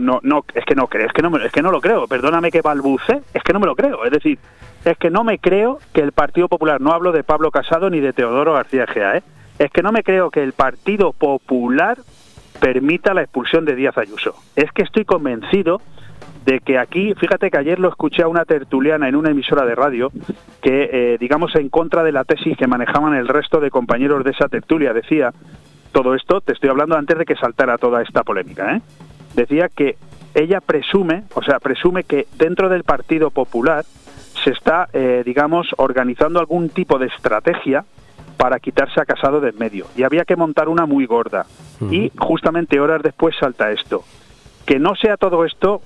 lo creo, perdóname que balbuce, es que no me lo creo, es decir, es que no me creo que el Partido Popular, no hablo de Pablo Casado ni de Teodoro García Egea, es que no me creo que el Partido Popular permita la expulsión de Díaz Ayuso, es que estoy convencido de que aquí, fíjate que ayer lo escuché a una tertuliana en una emisora de radio que, digamos, en contra de la tesis que manejaban el resto de compañeros de esa tertulia, decía, todo esto, te estoy hablando antes de que saltara toda esta polémica, decía que ella presume que dentro del Partido Popular se está, digamos, organizando algún tipo de estrategia para quitarse a Casado de en medio, y había que montar una muy gorda, y justamente horas después salta esto. Que no sea todo esto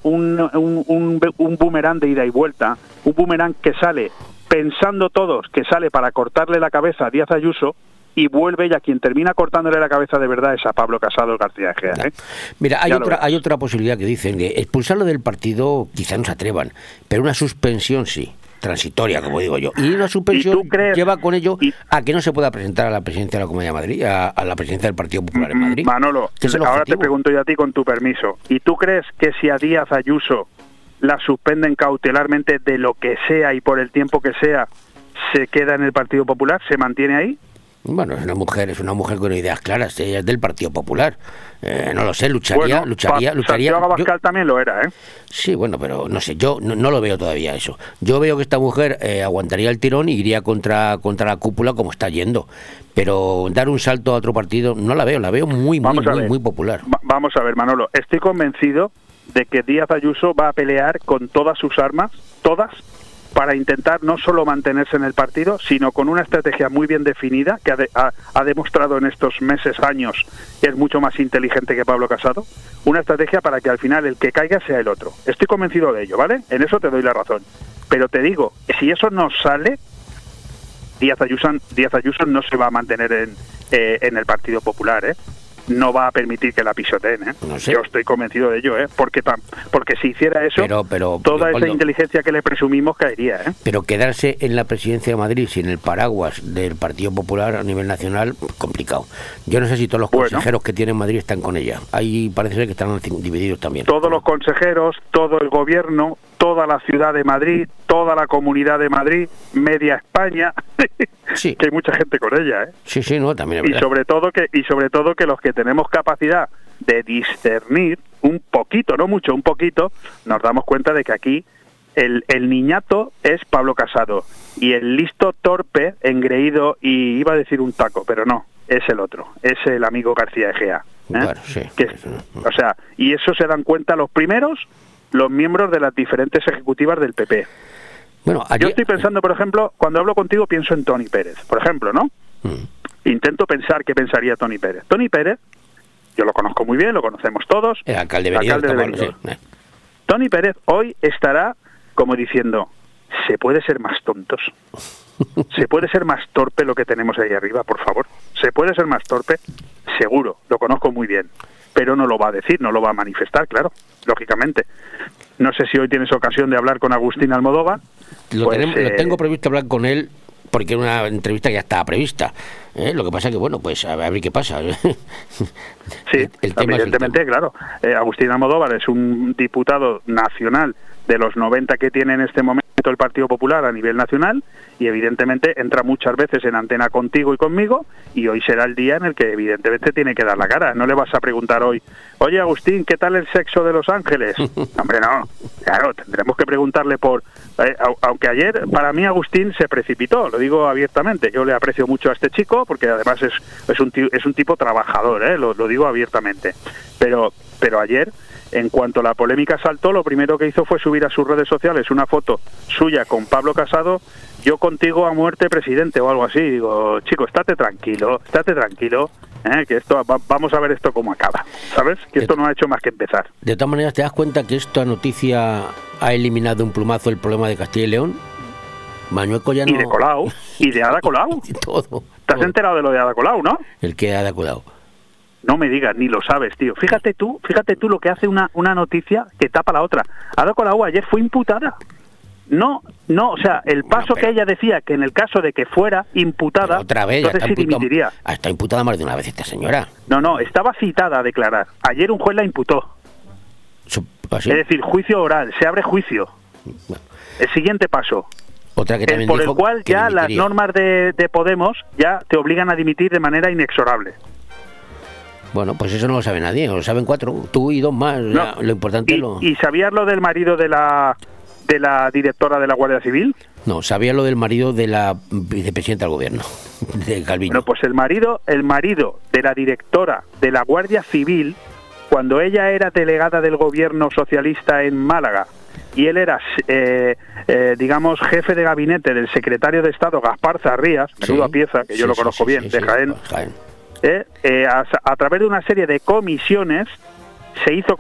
un boomerang de ida y vuelta, un boomerang que sale pensando todos que sale para cortarle la cabeza a Díaz Ayuso y vuelve, y a quien termina cortándole la cabeza de verdad es a Pablo Casado García Egea. Mira, hay otra posibilidad que dicen que expulsarlo del partido quizá no se atrevan, pero una suspensión sí, transitoria, como digo yo, y una suspensión lleva con ello a que no se pueda presentar a la presidencia de la Comunidad de Madrid, a la presidencia del Partido Popular en Madrid. Manolo, ahora te pregunto yo a ti con tu permiso, ¿y tú crees que si a Díaz Ayuso la suspenden cautelarmente de lo que sea y por el tiempo que sea, se queda en el Partido Popular, se mantiene ahí? Bueno, es una mujer con ideas claras, ella es del Partido Popular. No lo sé, lucharía. Santiago Abascal también lo era, Sí, bueno, pero no sé, yo no lo veo todavía eso. Yo veo que esta mujer aguantaría el tirón y iría contra la cúpula como está yendo. Pero dar un salto a otro partido no la veo muy popular. Vamos a ver, Manolo, estoy convencido de que Díaz Ayuso va a pelear con todas sus armas, todas, para intentar no solo mantenerse en el partido, sino con una estrategia muy bien definida, que ha demostrado en estos meses, años, que es mucho más inteligente que Pablo Casado, una estrategia para que al final el que caiga sea el otro. Estoy convencido de ello, ¿vale? En eso te doy la razón. Pero te digo, si eso no sale, Díaz Ayuso no se va a mantener en el Partido Popular, no va a permitir que la pisoteen, No sé. Yo estoy convencido de ello, porque si hiciera eso, pero toda Leopoldo, esa inteligencia que le presumimos caería, Pero quedarse en la presidencia de Madrid sin el paraguas del Partido Popular a nivel nacional, complicado. Yo no sé si todos los consejeros que tiene Madrid están con ella. Ahí parece ser que están divididos también. Todos los consejeros, todo el gobierno, toda la ciudad de Madrid, toda la comunidad de Madrid, media España, sí. Que hay mucha gente con ella, Sí, no, también es verdad. Y sobre todo que los que tenemos capacidad de discernir un poquito, no mucho, un poquito, nos damos cuenta de que aquí el niñato es Pablo Casado y el listo, torpe, engreído y iba a decir un taco, pero no, es el otro, es el amigo García Egea. Claro, sí. O sea, y eso se dan cuenta los miembros de las diferentes ejecutivas del PP. Bueno, yo estoy pensando, por ejemplo, cuando hablo contigo pienso en Toni Pérez, por ejemplo, ¿no? Intento pensar qué pensaría Toni Pérez. Toni Pérez, yo lo conozco muy bien, lo conocemos todos. El alcalde de Benidorm. Sí. Toni Pérez hoy estará como diciendo, ¿se puede ser más tontos? ¿Se puede ser más torpe lo que tenemos ahí arriba, por favor? ¿Se puede ser más torpe? Seguro, lo conozco muy bien. Pero no lo va a decir, no lo va a manifestar, claro, lógicamente. No sé si hoy tienes ocasión de hablar con Agustín Almodóvar. Lo tengo previsto hablar con él, porque era una entrevista que ya estaba prevista. Lo que pasa que, bueno, pues a ver qué pasa. Sí, evidentemente, claro. Agustín Almodóvar es un diputado nacional de los 90 que tiene en este momento el Partido Popular a nivel nacional, y evidentemente entra muchas veces en antena contigo y conmigo, y hoy será el día en el que evidentemente tiene que dar la cara. No le vas a preguntar hoy, oye Agustín, ¿qué tal el sexo de Los Ángeles? Hombre, no, claro, tendremos que preguntarle por... aunque ayer, para mí Agustín se precipitó, lo digo abiertamente, yo le aprecio mucho a este chico, porque además es un tipo trabajador, lo digo abiertamente, pero ayer, en cuanto la polémica saltó, lo primero que hizo fue subir a sus redes sociales una foto suya con Pablo Casado, yo contigo a muerte, presidente, o algo así. Digo, chico, estate tranquilo, que esto vamos a ver esto cómo acaba, ¿sabes? Que esto no ha hecho más que empezar. De todas maneras, ¿te das cuenta que esta noticia ha eliminado un plumazo el problema de Castilla y León? Mañueco ya no... Y de Colau, y de Ada Colau. Todo. ¿Te has enterado de lo de Ada Colau, no? ¿El que Ada Colau? No me digas, ni lo sabes, tío. Fíjate tú lo que hace una noticia que tapa la otra. Ada Colau ayer fue imputada. No, o sea, el paso que ella decía que en el caso de que fuera imputada, otra vez, entonces sí dimitiría. Está imputada más de una vez esta señora. No, estaba citada a declarar. Ayer un juez la imputó. ¿Así? Es decir, juicio oral, se abre juicio. Bueno. El siguiente paso. Otra que también por dijo el cual ya las normas de Podemos ya te obligan a dimitir de manera inexorable. Bueno, pues eso no lo sabe nadie, lo saben 4, tú y 2 más. No. Lo importante ¿Y sabías lo del marido de la directora de la Guardia Civil? No, sabía lo del marido de la vicepresidenta del gobierno, de Calviño. Bueno, pues el marido de la directora de la Guardia Civil, cuando ella era delegada del gobierno socialista en Málaga, y él era, digamos, jefe de gabinete del secretario de Estado Gaspar Zarrías, menuda pieza, que yo lo conozco bien, de Jaén. A través de una serie de comisiones se hizo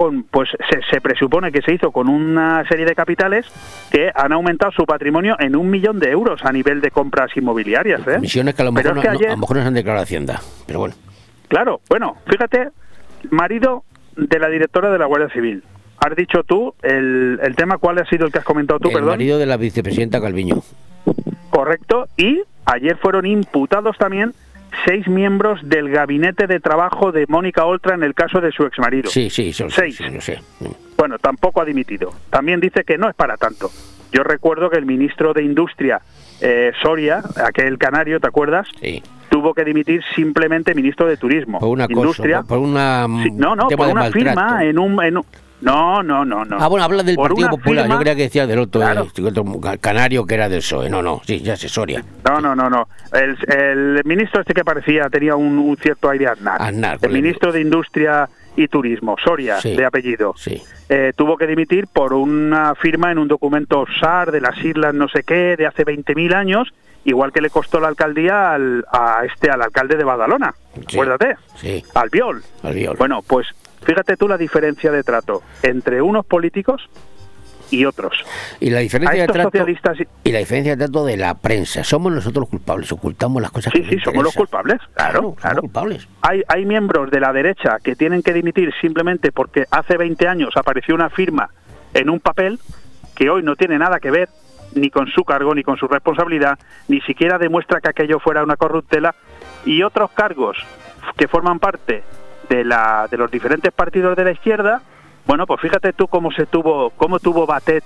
se presupone que se hizo con una serie de capitales que han aumentado su patrimonio en 1 millón de euros a nivel de compras inmobiliarias. Comisiones que a lo mejor no se han declarado Hacienda, pero bueno. Claro, bueno, fíjate, marido de la directora de la Guardia Civil. Has dicho tú, el tema, ¿cuál ha sido el que has comentado tú, perdón? El marido de la vicepresidenta Calviño. Correcto, y ayer fueron imputados también 6 miembros del gabinete de trabajo de Mónica Oltra en el caso de su exmarido. Sí, son 6. Sí, no sé. Bueno, tampoco ha dimitido. También dice que no es para tanto. Yo recuerdo que el ministro de Industria, Soria, aquel canario, ¿te acuerdas? Sí. Tuvo que dimitir simplemente ministro de Turismo. Por una Industria. Por una... Sí, por una firma en un... No. Ah, bueno, habla del Partido Popular. Firma... Yo creía que decía del otro, claro. otro canario que era del PSOE. No, sí, ya sé, Soria. No. El ministro que parecía, tenía un cierto aire Aznar. El ministro de Industria y Turismo, Soria, sí, de apellido. Sí. Tuvo que dimitir por una firma en un documento SAR de las islas no sé qué, de hace 20.000 años, igual que le costó la alcaldía al alcalde de Badalona. Sí, acuérdate. Sí. Albiol. Bueno, pues fíjate tú la diferencia de trato entre unos políticos y otros. Y la diferencia de trato socialistas... y la diferencia de trato de la prensa. Somos nosotros los culpables, ocultamos las cosas. Sí, somos los culpables. Claro. Culpables. Hay miembros de la derecha que tienen que dimitir simplemente porque hace 20 años apareció una firma en un papel que hoy no tiene nada que ver ni con su cargo, ni con su responsabilidad, ni siquiera demuestra que aquello fuera una corruptela, y otros cargos que forman parte de los diferentes partidos de la izquierda. Bueno, pues fíjate tú cómo tuvo Batet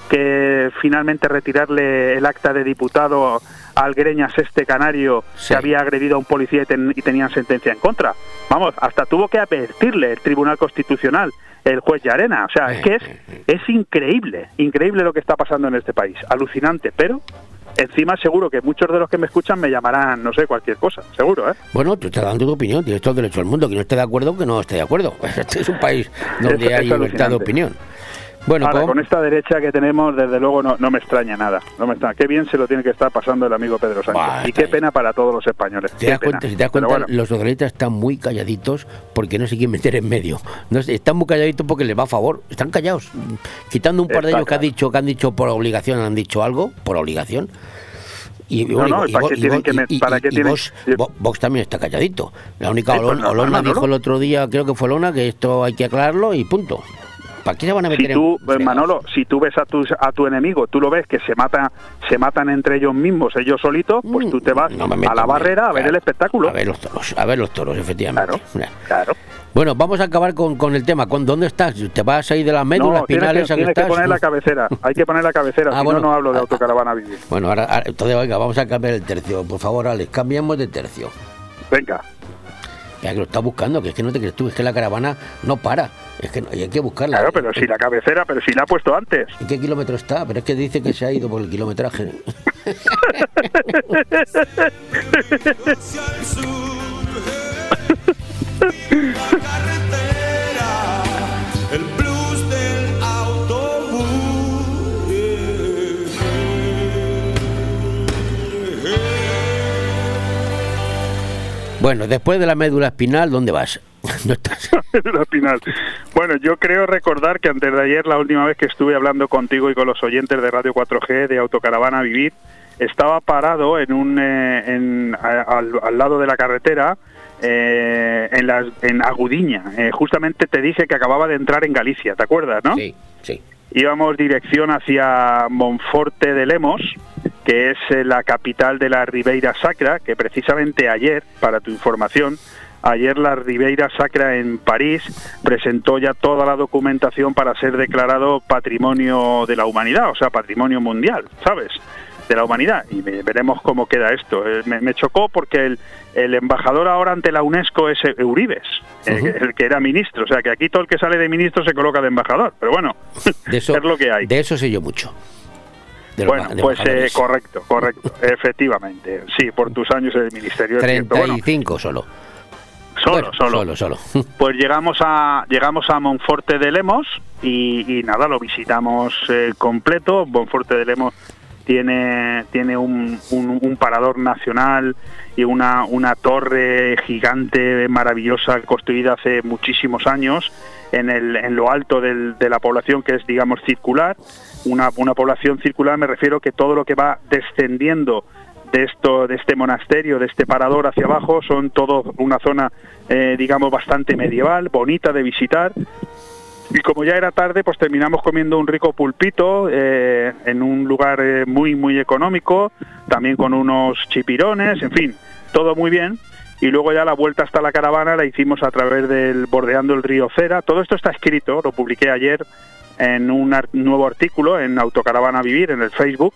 que finalmente retirarle el acta de diputado al Greñas, canario, sí, que había agredido a un policía y tenían sentencia en contra. Vamos, hasta tuvo que advertirle el Tribunal Constitucional el juez Llarena. O sea, es que es increíble lo que está pasando en este país, alucinante, pero encima seguro que muchos de los que me escuchan me llamarán, no sé, cualquier cosa, seguro, ¿eh? Bueno, tú estás dando tu opinión, tienes todo el derecho al mundo, que no esté de acuerdo, que no esté de acuerdo. Este es un país donde hay libertad de opinión. Bueno, ahora, con esta derecha que tenemos, desde luego no me extraña nada. No me extraña. Qué bien se lo tiene que estar pasando el amigo Pedro Sánchez. Y qué pena para todos los españoles. Si te das cuenta, bueno, los socialistas están muy calladitos porque no se quieren meter en medio. No, están muy calladitos porque les va a favor. Están callados. Quitando un par de ellos que han dicho por obligación, han dicho algo, por obligación. Vox también está calladito. La única Olona dijo el otro día, creo que fue Olona, que esto hay que aclararlo y punto. ¿Para qué se van a meter Manolo, si tú ves a tu enemigo, tú lo ves que se matan entre ellos mismos, ellos solitos, pues tú te vas a la barrera a ver el espectáculo. A ver los toros, efectivamente. Claro. Bueno, vamos a acabar con el tema. ¿Dónde estás? ¿Te vas a ir de las médulas espinales? Tienes que poner la cabecera. Hay que poner la cabecera, si no hablo de Autocaravana Vivir. Bueno, ahora entonces, oiga, vamos a cambiar el tercio. Por favor, Alex, cambiamos de tercio. Venga. Ya que lo está buscando, que es que no te crees tú, es que la caravana no para, es que hay que buscarla. Claro, pero si la cabecera, pero si la ha puesto antes. ¿En qué kilómetro está? Pero es que dice que se ha ido por el kilometraje. El blues del autobús. Bueno, después de la médula espinal, ¿dónde vas? ¿No estás? Médula espinal. Bueno, yo creo recordar que antes de ayer, la última vez que estuve hablando contigo y con los oyentes de Radio 4G de Autocaravana Vivir, estaba parado al lado de la carretera, en Agudiña. Justamente te dije que acababa de entrar en Galicia, ¿te acuerdas, no? Sí. Íbamos dirección hacia Monforte de Lemos, que es la capital de la Ribeira Sacra, que precisamente ayer, para tu información, ayer la Ribeira Sacra en París presentó ya toda la documentación para ser declarado Patrimonio de la Humanidad, o sea, Patrimonio Mundial, ¿sabes?, de la humanidad. Y veremos cómo queda esto. Me chocó porque el embajador ahora ante la UNESCO es Euribes, el que era ministro. O sea, que aquí todo el que sale de ministro se coloca de embajador. Pero bueno, de eso, es lo que hay. De eso sé yo mucho. Bueno, pues correcto, efectivamente. Sí, por tus años en el ministerio. 35 solo. Solo. Pues llegamos a Monforte de Lemos y nada, lo visitamos completo. Monforte de Lemos tiene un parador nacional y una torre gigante, maravillosa, construida hace muchísimos años en lo alto de la población, que es, digamos, circular. Una población circular, me refiero que todo lo que va descendiendo de este monasterio, de este parador hacia abajo, son todo una zona, digamos, bastante medieval, bonita de visitar. Y como ya era tarde, pues terminamos comiendo un rico pulpito en un lugar muy, muy económico, también con unos chipirones, en fin, todo muy bien. Y luego ya la vuelta hasta la caravana la hicimos a través bordeando el río Cera. Todo esto está escrito, lo publiqué ayer en un nuevo artículo en Autocaravana Vivir, en el Facebook,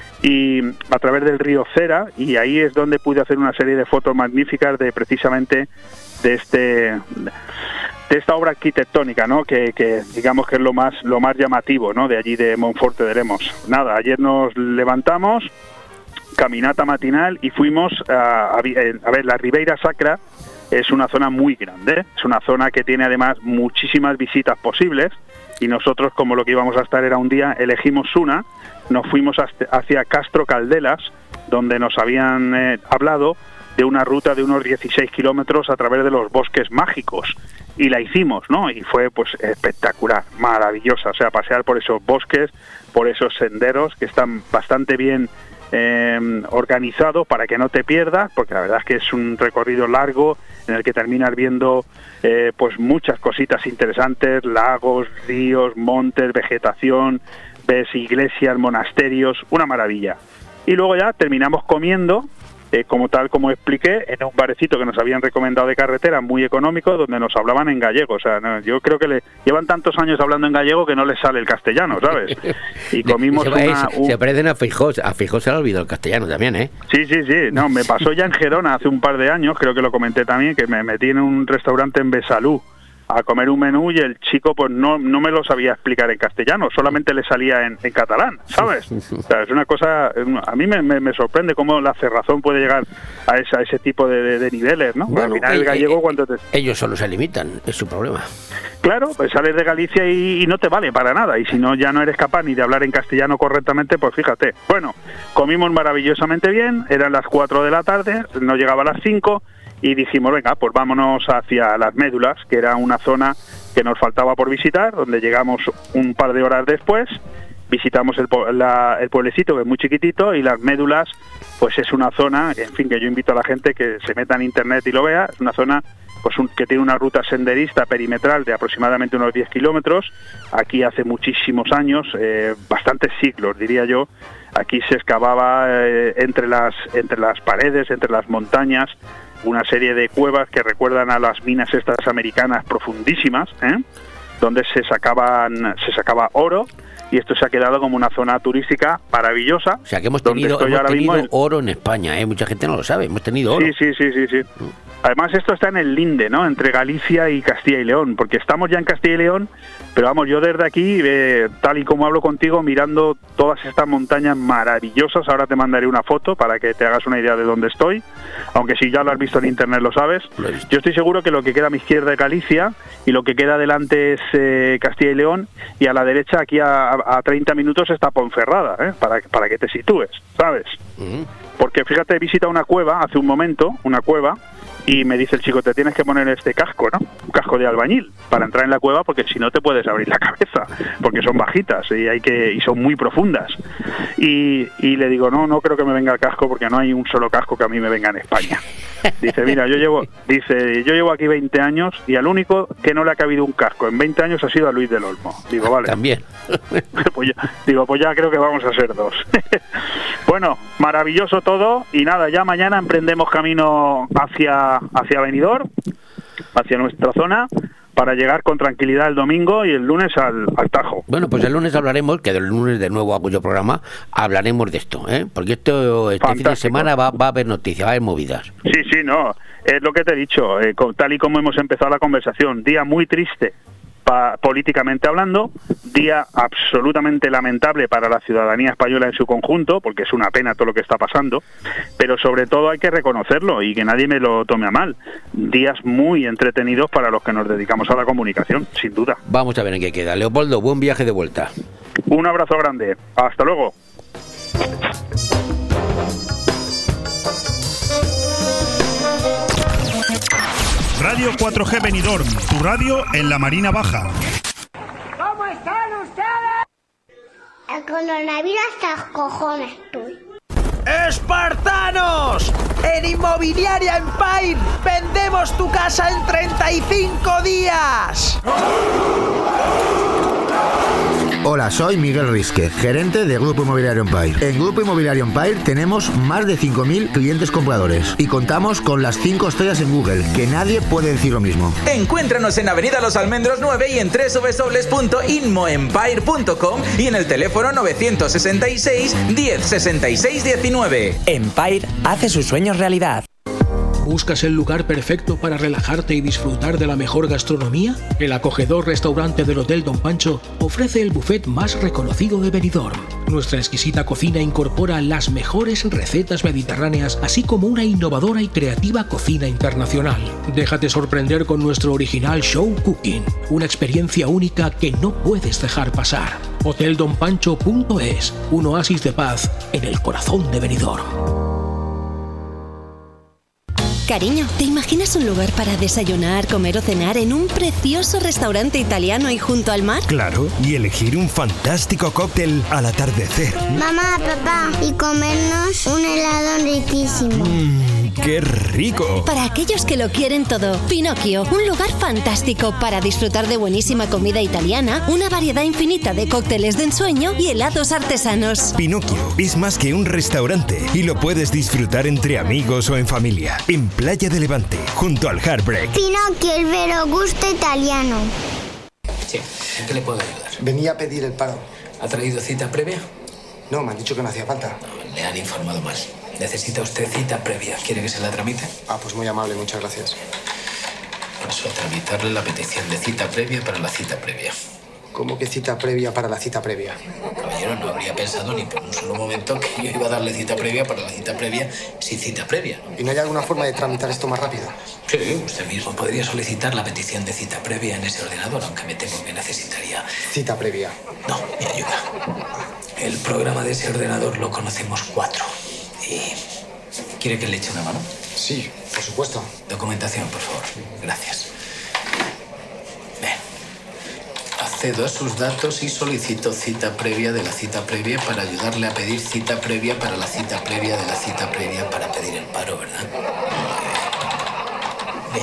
y a través del río Cera, y ahí es donde pude hacer una serie de fotos magníficas de precisamente de esta obra arquitectónica, ¿no? Que digamos que es lo más llamativo, ¿no?, de allí de Monforte de Lemos. Nada, ayer nos levantamos, caminata matinal, y fuimos a ver, la Ribeira Sacra es una zona muy grande, es una zona que tiene además muchísimas visitas posibles, y nosotros, como lo que íbamos a estar era un día, elegimos una, nos fuimos hacia Castro Caldelas, donde nos habían hablado de una ruta de unos 16 kilómetros a través de los bosques mágicos, y la hicimos, ¿no? Y fue pues espectacular, maravillosa, o sea, pasear por esos bosques, por esos senderos que están bastante bien organizados para que no te pierdas, porque la verdad es que es un recorrido largo en el que terminas viendo pues muchas cositas interesantes, lagos, ríos, montes, vegetación, ves iglesias, monasterios, una maravilla. Y luego ya terminamos comiendo, como expliqué, en un barecito que nos habían recomendado de carretera, muy económico, donde nos hablaban en gallego. O sea, no, yo creo que llevan tantos años hablando en gallego que no les sale el castellano, ¿sabes? Y comimos se parecen a Feijóo. A Feijóo se le ha olvidado el castellano también, ¿eh? Sí. No, me pasó ya en Gerona hace un par de años, creo que lo comenté también, que me metí en un restaurante en Besalú, a comer un menú y el chico pues no me lo sabía explicar en castellano, solamente le salía en catalán, ¿sabes? O sea, es una cosa, a mí me sorprende cómo la cerrazón puede llegar a ese tipo de niveles, ¿no? Bueno, al final el gallego cuando ellos solo se limitan, es su problema. Claro, pues sales de Galicia y no te vale para nada, y si no ya no eres capaz ni de hablar en castellano correctamente, pues fíjate. Bueno, comimos maravillosamente bien, eran las 4 de la tarde, no llegaba a las 5, y dijimos, venga, pues vámonos hacia Las Médulas, que era una zona que nos faltaba por visitar, donde llegamos un par de horas después, visitamos el pueblecito, que es muy chiquitito, y Las Médulas, pues es una zona, en fin, que yo invito a la gente que se meta en internet y lo vea, es una zona pues que tiene una ruta senderista perimetral de aproximadamente unos 10 kilómetros. Aquí hace muchísimos años, bastantes siglos diría yo, aquí se excavaba entre las paredes, entre las montañas, una serie de cuevas que recuerdan a las minas estas americanas profundísimas, donde se sacaba oro, y esto se ha quedado como una zona turística maravillosa. O sea, que hemos tenido oro en España, mucha gente no lo sabe, hemos tenido oro. Sí. Además, esto está en el linde, ¿no?, entre Galicia y Castilla y León, porque estamos ya en Castilla y León, pero vamos, yo desde aquí, tal y como hablo contigo, mirando todas estas montañas maravillosas, ahora te mandaré una foto para que te hagas una idea de dónde estoy, aunque si ya lo has visto en internet lo sabes. Yo estoy seguro que lo que queda a mi izquierda es Galicia, y lo que queda adelante es Castilla y León, y a la derecha, aquí a 30 minutos, está Ponferrada, para que te sitúes, ¿sabes? Porque fíjate, he visitado una cueva hace un momento, y me dice el chico, te tienes que poner este casco, ¿no? Un casco de albañil para entrar en la cueva, porque si no te puedes abrir la cabeza, porque son bajitas y son muy profundas. Y le digo, no creo que me venga el casco, porque no hay un solo casco que a mí me venga en España. Dice, mira, yo llevo aquí 20 años y al único que no le ha cabido un casco en 20 años ha sido a Luis del Olmo. Digo, vale. También. Pues ya creo que vamos a ser dos. Bueno, maravilloso todo, y nada, ya mañana emprendemos camino hacia Benidorm, hacia nuestra zona, para llegar con tranquilidad el domingo y el lunes al Tajo. Bueno, pues el lunes hablaremos, que el lunes de nuevo hago yo programa, hablaremos de esto, porque este fin de semana va a haber noticias, va a haber movidas. Sí, no, es lo que te he dicho, tal y como hemos empezado la conversación, día muy triste políticamente hablando, día absolutamente lamentable para la ciudadanía española en su conjunto, porque es una pena todo lo que está pasando, pero sobre todo hay que reconocerlo y que nadie me lo tome a mal. Días muy entretenidos para los que nos dedicamos a la comunicación, sin duda. Vamos a ver en qué queda. Leopoldo, buen viaje de vuelta. Un abrazo grande. Hasta luego. Radio 4G Benidorm, tu radio en la Marina Baja. ¿Cómo están ustedes? El coronavirus hasta los cojones estoy. ¡Espartanos! En Inmobiliaria Empire vendemos tu casa en 35 días. Hola, soy Miguel Risque, gerente de Grupo Inmobiliario Empire. En Grupo Inmobiliario Empire tenemos más de 5.000 clientes compradores y contamos con las 5 estrellas en Google, que nadie puede decir lo mismo. Encuéntranos en Avenida Los Almendros 9 y en www.inmoempire.com y en el teléfono 966 10 66 19. Empire hace sus sueños realidad. ¿Buscas el lugar perfecto para relajarte y disfrutar de la mejor gastronomía? El acogedor restaurante del Hotel Don Pancho ofrece el buffet más reconocido de Benidorm. Nuestra exquisita cocina incorpora las mejores recetas mediterráneas, así como una innovadora y creativa cocina internacional. Déjate sorprender con nuestro original show cooking, una experiencia única que no puedes dejar pasar. HotelDonPancho.es, un oasis de paz en el corazón de Benidorm. Cariño, ¿te imaginas un lugar para desayunar, comer o cenar en un precioso restaurante italiano y junto al mar? Claro, y elegir un fantástico cóctel al atardecer. Mamá, papá, y comernos un helado riquísimo. ¡Qué rico! Para aquellos que lo quieren todo, Pinocchio, un lugar fantástico para disfrutar de buenísima comida italiana, una variedad infinita de cócteles de ensueño y helados artesanos. Pinocchio es más que un restaurante y lo puedes disfrutar entre amigos o en familia. En Playa de Levante, junto al Heartbreak. Pinocchio, el vero gusto italiano. Sí, ¿en qué le puedo ayudar? Venía a pedir el paro. ¿Ha traído cita previa? No, me han dicho que no hacía falta. No, le han informado mal. Necesita usted cita previa. ¿Quiere que se la tramite? Ah, pues muy amable, muchas gracias. Paso a tramitarle la petición de cita previa para la cita previa. ¿Cómo que cita previa para la cita previa? Caballero, no habría pensado ni por un solo momento que yo iba a darle cita previa para la cita previa sin cita previa, ¿no? ¿Y no hay alguna forma de tramitar esto más rápido? Sí, usted mismo podría solicitar la petición de cita previa en ese ordenador, aunque me temo que necesitaría... ¿Cita previa? No, mi ayuda. El programa de ese ordenador lo conocemos 4. Y... ¿quiere que le eche una mano? Sí, por supuesto. Documentación, por favor. Gracias. Bien. Accedo a sus datos y solicito cita previa de la cita previa para ayudarle a pedir cita previa para la cita previa de la cita previa para pedir el paro, ¿verdad? Bien.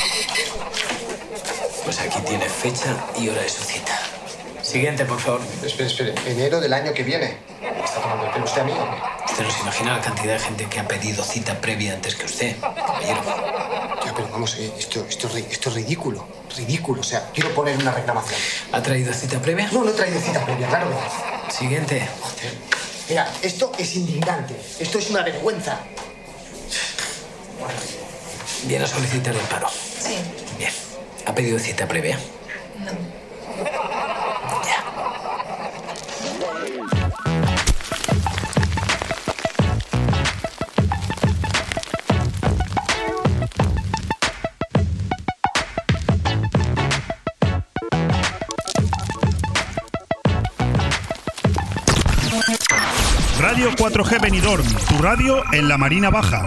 Pues aquí tiene fecha y hora de su cita. Siguiente, por favor. Espere. Enero del año que viene. ¿Me está tomando el pelo usted a mí o qué? Usted no se imagina la cantidad de gente que ha pedido cita previa antes que usted, caballero. Ya, pero vamos, esto es ridículo. Ridículo. O sea, quiero poner una reclamación. ¿Ha traído cita previa? No he traído cita previa, claro que no. Siguiente. Joder. Mira, esto es indignante. Esto es una vergüenza. Viene a solicitar el paro. Sí. Bien. ¿Ha pedido cita previa? No. Radio 4G Benidorm, tu radio en la Marina Baja.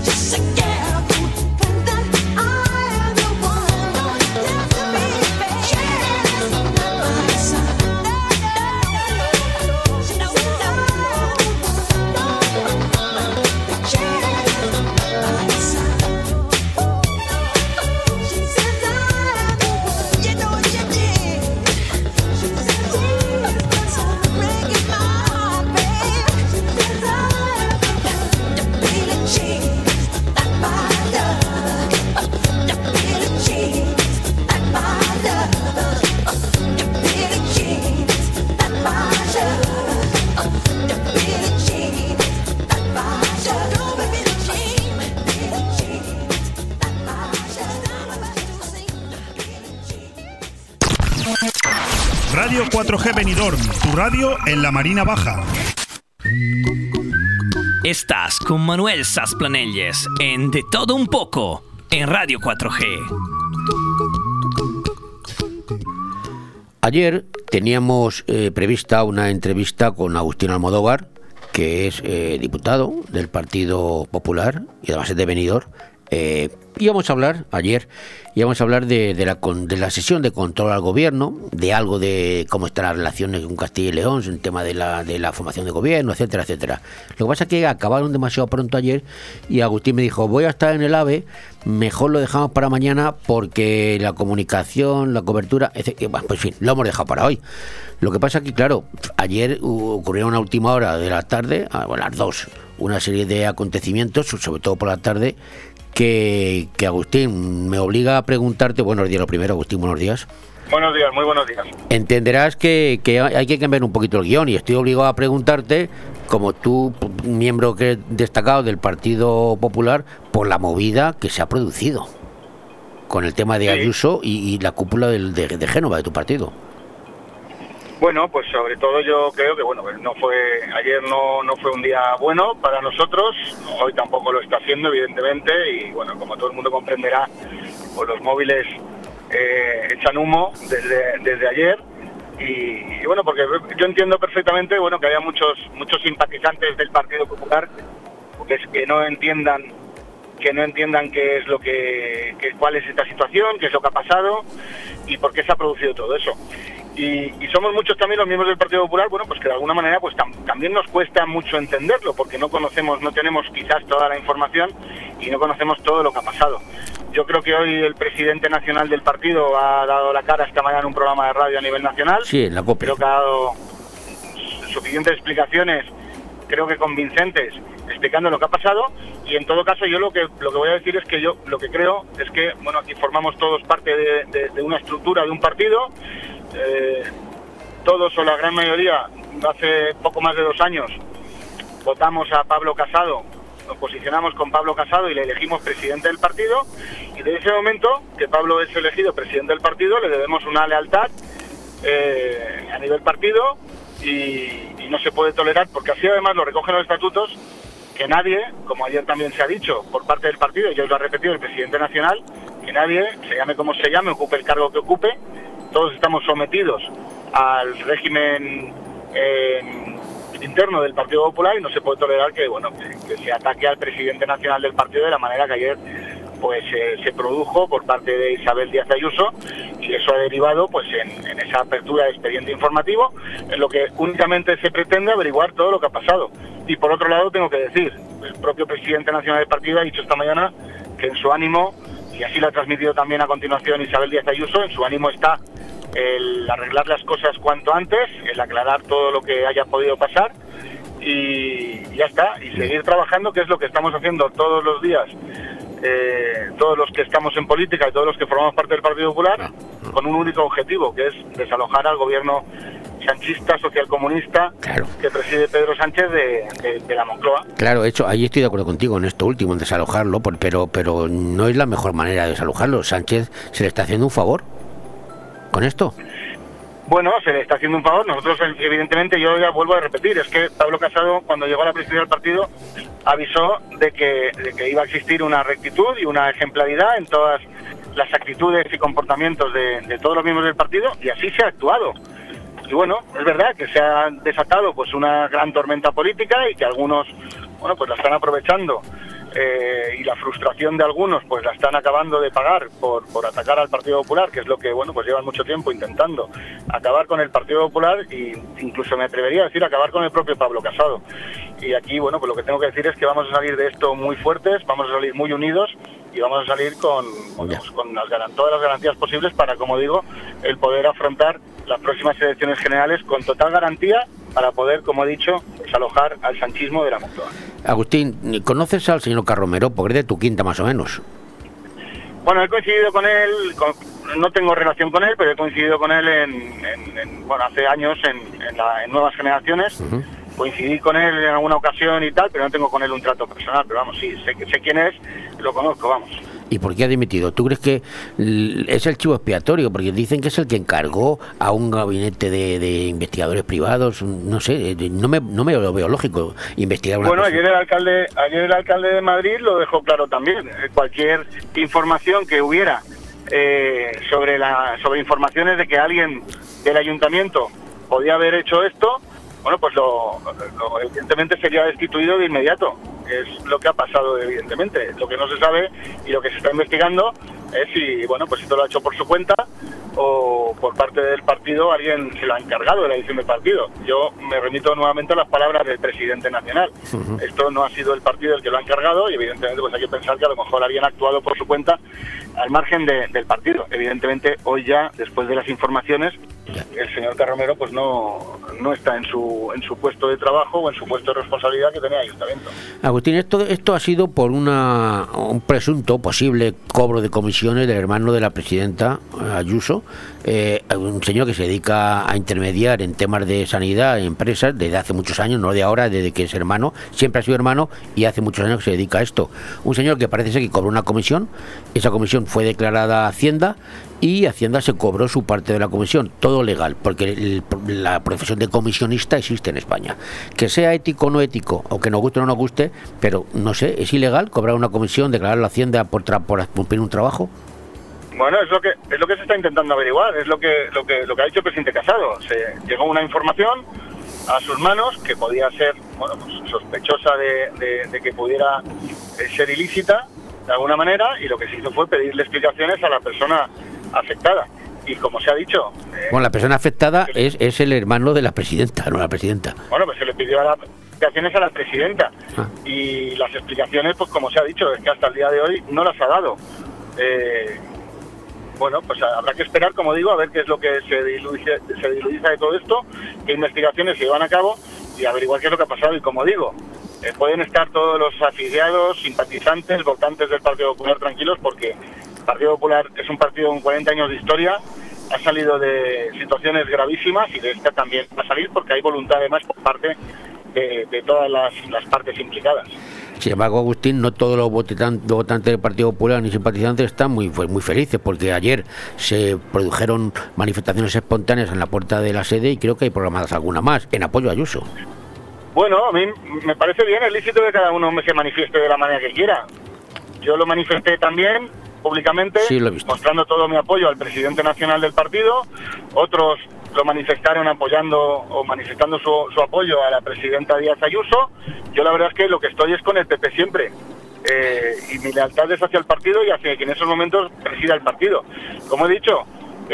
Radio 4G Benidorm, tu radio en la Marina Baja. Estás con Manuel Sasplanelles en De Todo Un Poco, en Radio 4G. Ayer teníamos prevista una entrevista con Agustín Almodóvar, que es diputado del Partido Popular y además de Benidorm. Íbamos a hablar de la sesión de control al gobierno, de algo de cómo están las relaciones con Castilla y León, en tema de la formación de gobierno, etcétera, etcétera. Lo que pasa es que acabaron demasiado pronto ayer y Agustín me dijo, voy a estar en el AVE, mejor lo dejamos para mañana porque la comunicación, la cobertura, etcétera. Bueno, pues en fin, lo hemos dejado para hoy. Lo que pasa es que, claro, ayer ocurrieron a última hora de la tarde, a las 2, una serie de acontecimientos, sobre todo por la tarde, que Agustín me obliga a preguntarte. Buenos días, lo primero, Agustín, buenos días. Buenos días, muy buenos días. Entenderás que hay que cambiar un poquito el guión y estoy obligado a preguntarte, como tú, miembro destacado del Partido Popular, por la movida que se ha producido con el tema de Ayuso y la cúpula de Génova, de tu partido. Bueno, pues sobre todo yo creo que ayer no fue un día bueno para nosotros, hoy tampoco lo está haciendo evidentemente y bueno, como todo el mundo comprenderá, pues los móviles echan humo desde ayer y bueno, porque yo entiendo perfectamente que haya muchos simpatizantes del Partido Popular que no entiendan qué es cuál es esta situación, qué es lo que ha pasado y por qué se ha producido todo eso. Y somos muchos también los miembros del Partido Popular, pues que de alguna manera pues también nos cuesta mucho entenderlo, porque no tenemos quizás toda la información y no conocemos todo lo que ha pasado. Yo creo que hoy el presidente nacional del partido ha dado la cara esta mañana en un programa de radio a nivel nacional. Sí, en la COPE. Creo que ha dado suficientes explicaciones, creo que convincentes, explicando lo que ha pasado. Y en todo caso yo lo que voy a decir es que yo lo que creo es que aquí formamos todos parte de una estructura de un partido. Todos o la gran mayoría hace poco más de 2 años votamos a Pablo Casado, nos posicionamos con Pablo Casado y le elegimos presidente del partido y desde ese momento que Pablo es elegido presidente del partido le debemos una lealtad a nivel partido y no se puede tolerar, porque así además lo recogen los estatutos, que nadie, como ayer también se ha dicho por parte del partido, y hoy lo ha repetido el presidente nacional, que nadie, se llame como se llame, ocupe el cargo que ocupe, todos estamos sometidos al régimen interno del Partido Popular y no se puede tolerar que se ataque al presidente nacional del partido de la manera que ayer se produjo por parte de Isabel Díaz Ayuso, y eso ha derivado en esa apertura de expediente informativo en lo que únicamente se pretende averiguar todo lo que ha pasado. Y por otro lado tengo que decir, el propio presidente nacional del partido ha dicho esta mañana que en su ánimo, y así lo ha transmitido también a continuación Isabel Díaz Ayuso, en su ánimo está el arreglar las cosas cuanto antes, el aclarar todo lo que haya podido pasar y ya está, y seguir trabajando, que es lo que estamos haciendo todos los días, todos los que estamos en política y todos los que formamos parte del Partido Popular, con un único objetivo, que es desalojar al gobierno sanchista, socialcomunista, que preside Pedro Sánchez de la Moncloa. Claro, ahí estoy de acuerdo contigo en esto último, en desalojarlo, pero no es la mejor manera de desalojarlo. Sánchez se le está haciendo un favor con esto. Bueno, se le está haciendo un favor. Nosotros, evidentemente, yo ya vuelvo a repetir, es que Pablo Casado, cuando llegó a la presidencia del partido, avisó de que iba a existir una rectitud y una ejemplaridad en todas las actitudes y comportamientos de todos los miembros del partido, y así se ha actuado. Y bueno, es verdad que se ha desatado una gran tormenta política y que algunos la están aprovechando y la frustración de algunos pues la están acabando de pagar por atacar al Partido Popular, que es lo que pues llevan mucho tiempo intentando acabar con el Partido Popular, e incluso me atrevería a decir acabar con el propio Pablo Casado. Y aquí pues lo que tengo que decir es que vamos a salir de esto muy fuertes, vamos a salir muy unidos y vamos a salir con todas las garantías posibles para, como digo, el poder afrontar las próximas elecciones generales con total garantía para poder, como he dicho, desalojar al sanchismo de la Moncloa. Agustín, ¿conoces al señor Carromero? Porque es de tu quinta más o menos. Bueno, he coincidido con él, no tengo relación con él, pero he coincidido con él hace años en Nuevas Generaciones. Uh-huh. Coincidí con él en alguna ocasión y tal, pero no tengo con él un trato personal, pero vamos, sí, sé quién es, lo conozco, vamos. ¿Y por qué ha dimitido? ¿Tú crees que es el chivo expiatorio? Porque dicen que es el que encargó a un gabinete de investigadores privados, no sé, no me lo veo lógico investigar una cosa. Ayer el alcalde de Madrid lo dejó claro también. Cualquier información que hubiera sobre informaciones de que alguien del ayuntamiento podía haber hecho esto, pues evidentemente sería destituido de inmediato. Es lo que ha pasado, evidentemente. Lo que no se sabe y lo que se está investigando es si esto lo ha hecho por su cuenta o por parte del partido alguien se lo ha encargado de la edición del partido. Yo me remito nuevamente a las palabras del presidente nacional. Uh-huh. Esto no ha sido el partido el que lo ha encargado y evidentemente hay que pensar que a lo mejor alguien ha actuado por su cuenta al margen del partido. Evidentemente hoy ya, después de las informaciones, el señor Carromero no está en su puesto de trabajo o en su puesto de responsabilidad que tenía el ayuntamiento. Agustín, esto ha sido por un presunto posible cobro de comisiones del hermano de la presidenta Ayuso, un señor que se dedica a intermediar en temas de sanidad en empresas desde hace muchos años, no de ahora, desde que es hermano, siempre ha sido hermano y hace muchos años que se dedica a esto. Un señor que parece ser que cobró una comisión, esa comisión fue declarada a Hacienda y Hacienda se cobró su parte de la comisión, todo legal, porque la profesión de comisionista existe en España. Que sea ético o no ético, o que nos guste o no nos guste, pero no sé, ¿es ilegal cobrar una comisión, declarar a la Hacienda por cumplir un trabajo? Bueno, es lo que se está intentando averiguar, es lo que ha dicho el presidente Casado. Se llegó una información a sus manos que podía ser sospechosa de que pudiera ser ilícita de alguna manera, y lo que se hizo fue pedirle explicaciones a la persona afectada. Y como se ha dicho... la persona afectada es el hermano de la presidenta, no la presidenta. Pues se le pidió explicaciones a la presidenta. Y las explicaciones, pues como se ha dicho, es que hasta el día de hoy no las ha dado. Habrá que esperar, como digo, a ver qué es lo que se diluiza de todo esto, qué investigaciones se llevan a cabo y averiguar qué es lo que ha pasado. Y como digo, pueden estar todos los afiliados, simpatizantes, votantes del Partido Popular tranquilos, porque el Partido Popular es un partido con 40 años de historia, ha salido de situaciones gravísimas y de esta también va a salir porque hay voluntad además por parte de todas las partes implicadas. Sin embargo, Agustín, no todos los votantes del Partido Popular ni simpatizantes están muy felices, porque ayer se produjeron manifestaciones espontáneas en la puerta de la sede y creo que hay programadas alguna más en apoyo a Ayuso. Bueno, a mí me parece bien, es lícito que cada uno se manifieste de la manera que quiera. Yo lo manifesté también públicamente, sí, mostrando todo mi apoyo al presidente nacional del partido. Otros lo manifestaron apoyando o manifestando su apoyo a la presidenta Díaz Ayuso. Yo la verdad es que lo que estoy es con el PP siempre. Y mi lealtad es hacia el partido y hacia quien en esos momentos presida el partido. Como he dicho,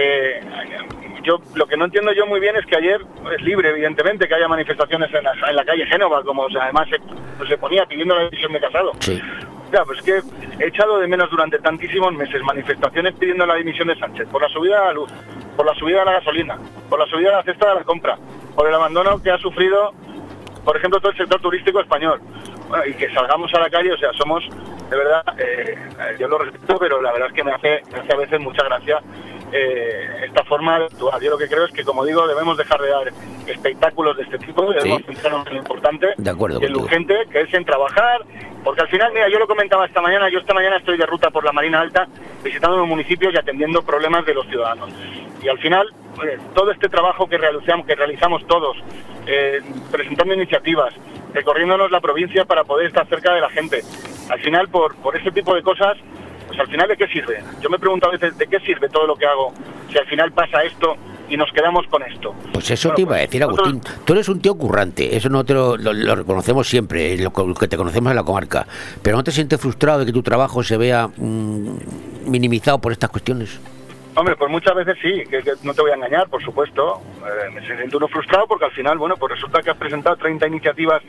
yo lo que no entiendo yo muy bien es que ayer es libre, evidentemente, que haya manifestaciones en la calle Génova, como además se ponía pidiendo la dimisión de Casado. Sí. Ya, pues es que he echado de menos durante tantísimos meses manifestaciones pidiendo la dimisión de Sánchez por la subida de la luz, por la subida de la gasolina, por la subida de la cesta de la compra, por el abandono que ha sufrido, por ejemplo, todo el sector turístico español. Bueno, y que salgamos a la calle, somos, de verdad, yo lo respeto, pero la verdad es que me hace a veces mucha gracia esta forma de actuar. Yo lo que creo es que, como digo, debemos dejar de dar espectáculos de este tipo, debemos centrarnos en lo importante y en lo urgente, que es en trabajar, porque al final, mira, yo lo comentaba esta mañana, esta mañana estoy de ruta por la Marina Alta, visitando los municipios y atendiendo problemas de los ciudadanos. Y al final, todo este trabajo que realizamos todos, presentando iniciativas, recorriéndonos la provincia para poder estar cerca de la gente, al final, por ese tipo de cosas, pues al final, ¿de qué sirve? Yo me pregunto a veces, ¿de qué sirve todo lo que hago si al final pasa esto y nos quedamos con esto. Pues eso te iba a decir, Agustín, tú eres un tío currante, eso nosotros lo reconocemos siempre, lo que te conocemos en la comarca, pero ¿no te sientes frustrado de que tu trabajo se vea minimizado por estas cuestiones? Hombre, pues muchas veces sí, que no te voy a engañar, por supuesto. Me siento uno frustrado porque al final, bueno, pues resulta que has presentado 30 iniciativas,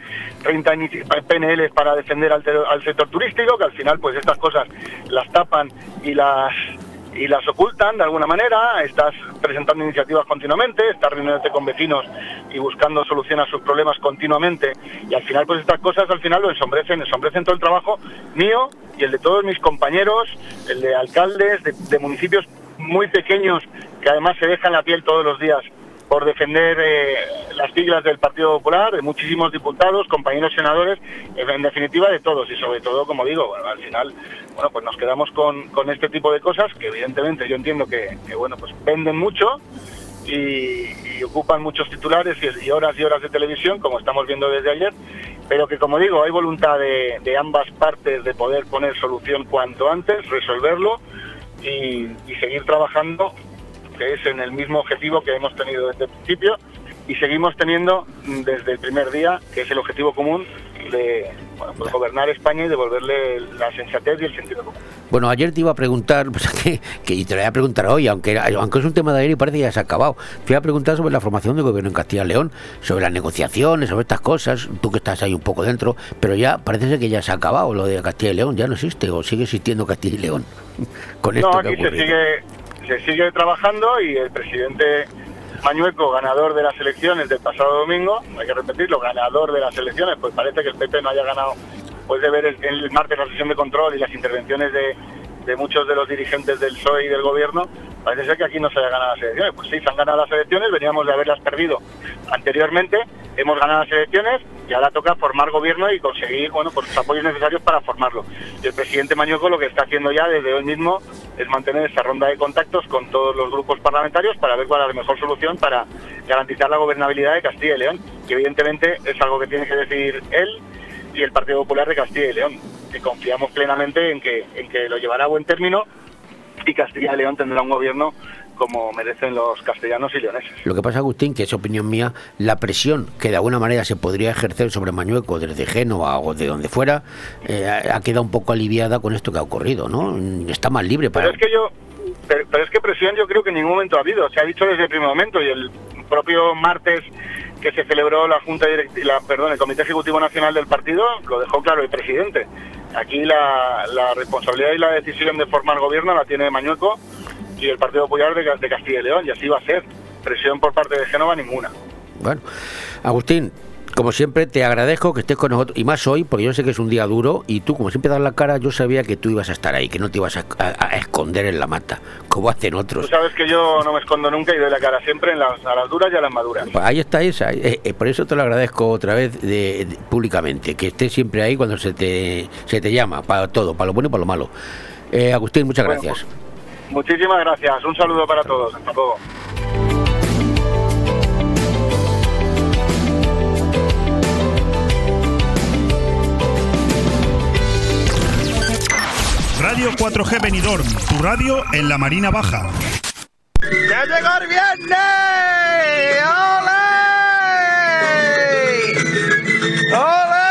PNLs para defender al sector turístico, que al final pues estas cosas las tapan y las ocultan de alguna manera. Estás presentando iniciativas continuamente, estás reuniéndote con vecinos y buscando solución a sus problemas continuamente, y al final pues estas cosas al final lo ensombrecen todo el trabajo mío y el de todos mis compañeros, el de alcaldes de municipios muy pequeños que además se dejan la piel todos los días por defender las siglas del Partido Popular, de muchísimos diputados, compañeros senadores, en definitiva de todos, y sobre todo, como digo, bueno, al final, bueno, pues nos quedamos con este tipo de cosas que evidentemente yo entiendo que bueno, pues venden mucho y ocupan muchos titulares y horas de televisión, como estamos viendo desde ayer, pero que, como digo, hay voluntad de ambas partes de poder poner solución cuanto antes, resolverlo y seguir trabajando, que es en el mismo objetivo que hemos tenido desde el principio y seguimos teniendo desde el primer día, que es el objetivo común de gobernar España y devolverle la sensatez y el sentido común. Bueno, ayer te iba a preguntar, pues, que te lo voy a preguntar hoy, aunque es un tema de ayer y parece que ya se ha acabado. Te iba a preguntar sobre la formación de gobierno en Castilla y León, sobre las negociaciones, sobre estas cosas, tú que estás ahí un poco dentro, pero ya parece ser que ya se ha acabado lo de Castilla y León, ya no existe, o sigue existiendo Castilla y León. Con esto no, aquí se sigue trabajando y el presidente Mañueco, ganador de las elecciones del pasado domingo, hay que repetirlo, ganador de las elecciones, pues parece que el PP no haya ganado, pues de ver el martes la sesión de control y las intervenciones de muchos de los dirigentes del PSOE y del gobierno, parece ser que aquí no se haya ganado las elecciones. Pues sí, se han ganado las elecciones, veníamos de haberlas perdido anteriormente, hemos ganado las elecciones y ahora toca formar gobierno y conseguir, bueno, pues los apoyos necesarios para formarlo. Y el presidente Mañueco lo que está haciendo ya desde hoy mismo es mantener esa ronda de contactos con todos los grupos parlamentarios para ver cuál es la mejor solución para garantizar la gobernabilidad de Castilla y León, que evidentemente es algo que tiene que decidir él y el Partido Popular de Castilla y León, que confiamos plenamente en que lo llevará a buen término y Castilla y León tendrá un gobierno como merecen los castellanos y leoneses. Lo que pasa, Agustín, que es opinión mía, la presión que de alguna manera se podría ejercer sobre Mañueco desde Génova o de donde fuera, ha quedado un poco aliviada con esto que ha ocurrido, ¿no? Está más libre para... Pero es que presión yo creo que en ningún momento ha habido, se ha dicho desde el primer momento, y el propio martes que se celebró el Comité Ejecutivo Nacional del partido, lo dejó claro el presidente. Aquí la responsabilidad y la decisión de formar gobierno la tiene Mañueco y el Partido Popular de Castilla y León, y así va a ser. Presión por parte de Génova ninguna. Bueno, Agustín, como siempre te agradezco que estés con nosotros, y más hoy, porque yo sé que es un día duro, y tú, como siempre das la cara, yo sabía que tú ibas a estar ahí, que no te ibas a esconder en la mata, como hacen otros. Tú sabes que yo no me escondo nunca y doy la cara siempre a las duras y a las maduras. Pues ahí está esa, por eso te lo agradezco otra vez públicamente, que estés siempre ahí cuando se te llama, para todo, para lo bueno y para lo malo. Agustín, muchas gracias. Muchísimas gracias, un saludo para todos, hasta luego. Radio 4G Benidorm, tu radio en la Marina Baja. ¡Ya llegó el viernes! ¡Ole! ¡Ole!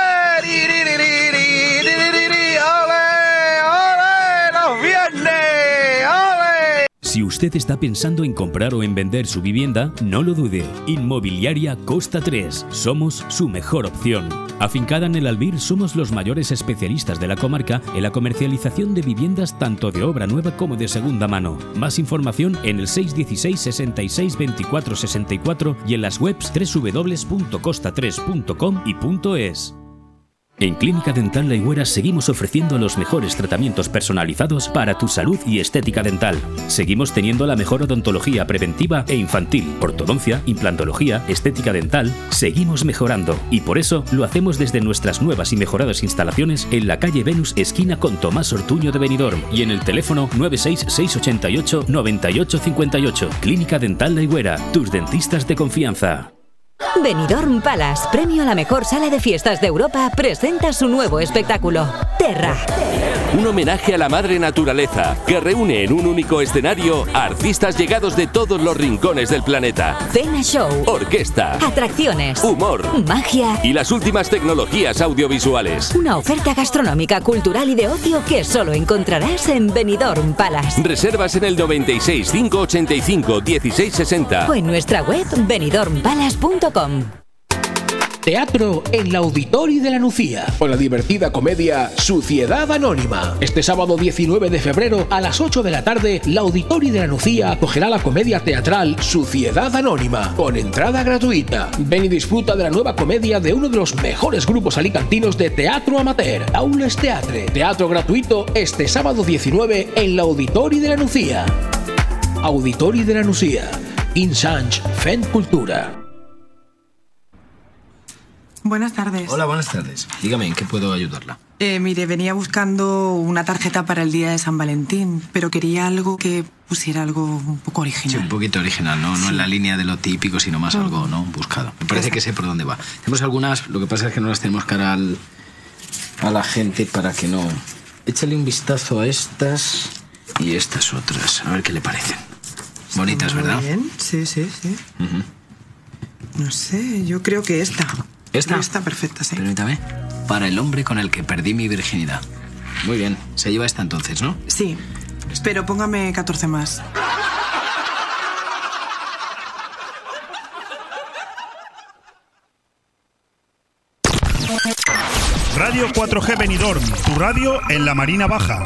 ¡Ole! ¡Los viernes! ¡Ole! Si usted está pensando en comprar o en vender su vivienda, no lo dude. Inmobiliaria Costa 3. Somos su mejor opción. Afincada en el Albir, somos los mayores especialistas de la comarca en la comercialización de viviendas tanto de obra nueva como de segunda mano. Más información en el 616 66 24 64 y en las webs www.costa3.com y .es. En Clínica Dental La Higuera seguimos ofreciendo los mejores tratamientos personalizados para tu salud y estética dental. Seguimos teniendo la mejor odontología preventiva e infantil, ortodoncia, implantología, estética dental. Seguimos mejorando y por eso lo hacemos desde nuestras nuevas y mejoradas instalaciones en la calle Venus, esquina con Tomás Ortuño de Benidorm, y en el teléfono 96688 9858. Clínica Dental La Higuera, tus dentistas de confianza. Benidorm Palace, premio a la mejor sala de fiestas de Europa, presenta su nuevo espectáculo, Terra. un homenaje a la madre naturaleza que reúne en un único escenario a artistas llegados de todos los rincones del planeta. Cena Show. Orquesta. Atracciones. Humor. Magia. Y las últimas tecnologías audiovisuales. Una oferta gastronómica, cultural y de ocio que solo encontrarás en Benidorm Palace. Reservas en el 96 585 1660 o en nuestra web benidormpalace.com. Teatro en la Auditori de la Nucía, con la divertida comedia Suciedad Anónima. Este sábado 19 de febrero a las 8 de la tarde, la Auditori de la Nucía acogerá la comedia teatral Suciedad Anónima, con entrada gratuita. Ven y disfruta de la nueva comedia de uno de los mejores grupos alicantinos de teatro amateur, Aules Teatre. Teatro gratuito este sábado 19 en la Auditori de la Nucía. Auditori de la Nucía. Insanch Fent Cultura. Buenas tardes. Hola, buenas tardes. Dígame, ¿en qué puedo ayudarla? Mire, venía buscando una tarjeta para el día de San Valentín, pero quería algo que pusiera algo un poco original. Sí, un poquito original, ¿no? Sí. No en la línea de lo típico, sino más algo, ¿no? Buscado. Me parece que sé por dónde va. Tenemos algunas, lo que pasa es que no las tenemos cara a la gente para que no... Échale un vistazo a estas y estas otras, a ver qué le parecen. Bonitas, ¿verdad? Bien, sí. No sé, yo creo que esta. ¿Esta? Está perfecta, sí. Permítame. Para el hombre con el que perdí mi virginidad. Muy bien. Se lleva esta entonces, ¿no? Sí. Pero póngame 14 más. Radio 4G Benidorm, tu radio en la Marina Baja.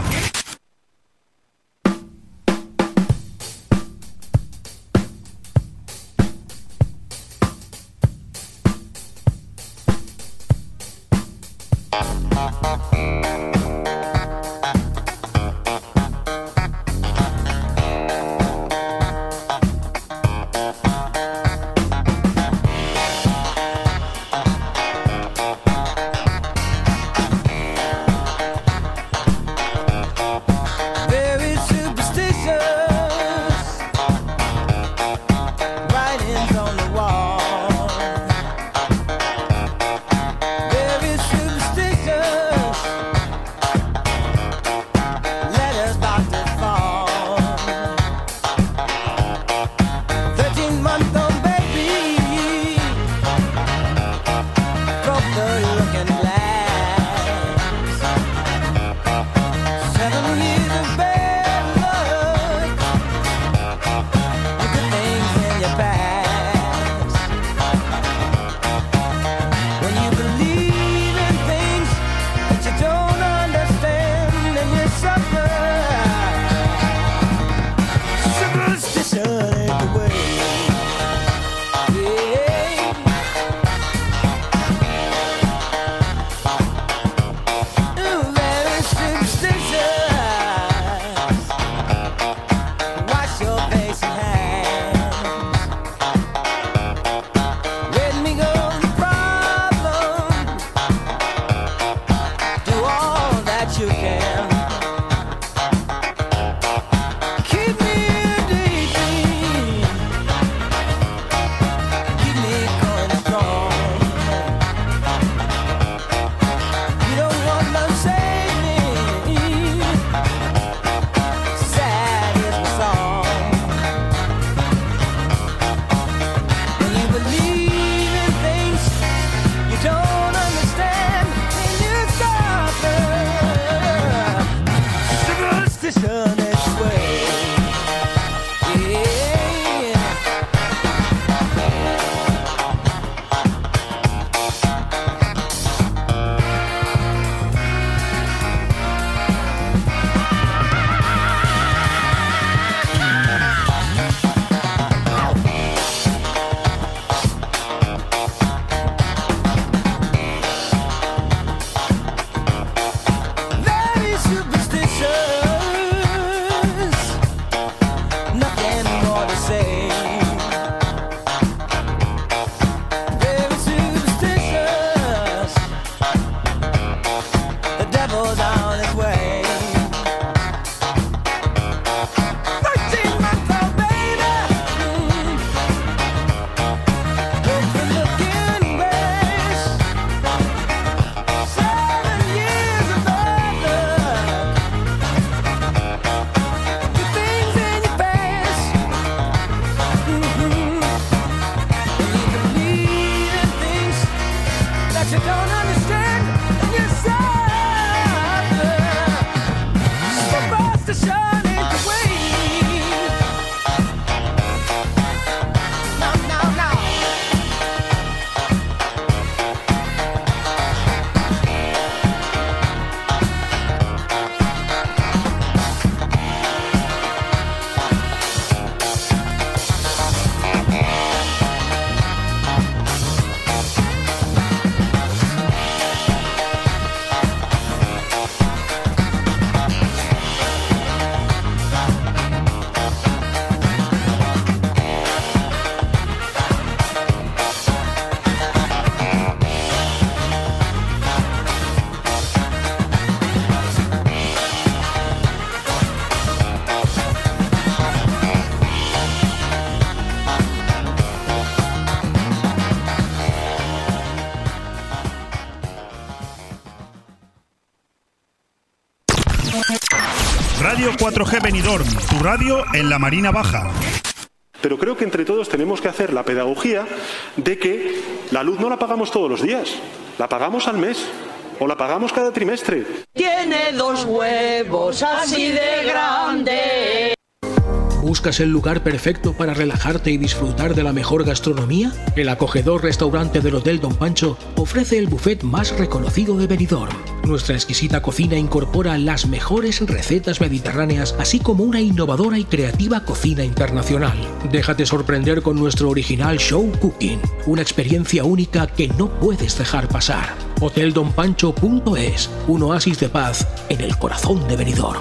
Radio 4G Benidorm, tu radio en la Marina Baja. Pero creo que entre todos tenemos que hacer la pedagogía de que la luz no la pagamos todos los días, la pagamos al mes o la pagamos cada trimestre. Tiene 2 huevos así de grandes. ¿Buscas el lugar perfecto para relajarte y disfrutar de la mejor gastronomía? El acogedor restaurante del Hotel Don Pancho ofrece el buffet más reconocido de Benidorm. Nuestra exquisita cocina incorpora las mejores recetas mediterráneas, así como una innovadora y creativa cocina internacional. Déjate sorprender con nuestro original show cooking, una experiencia única que no puedes dejar pasar. hoteldonpancho.es, un oasis de paz en el corazón de Benidorm.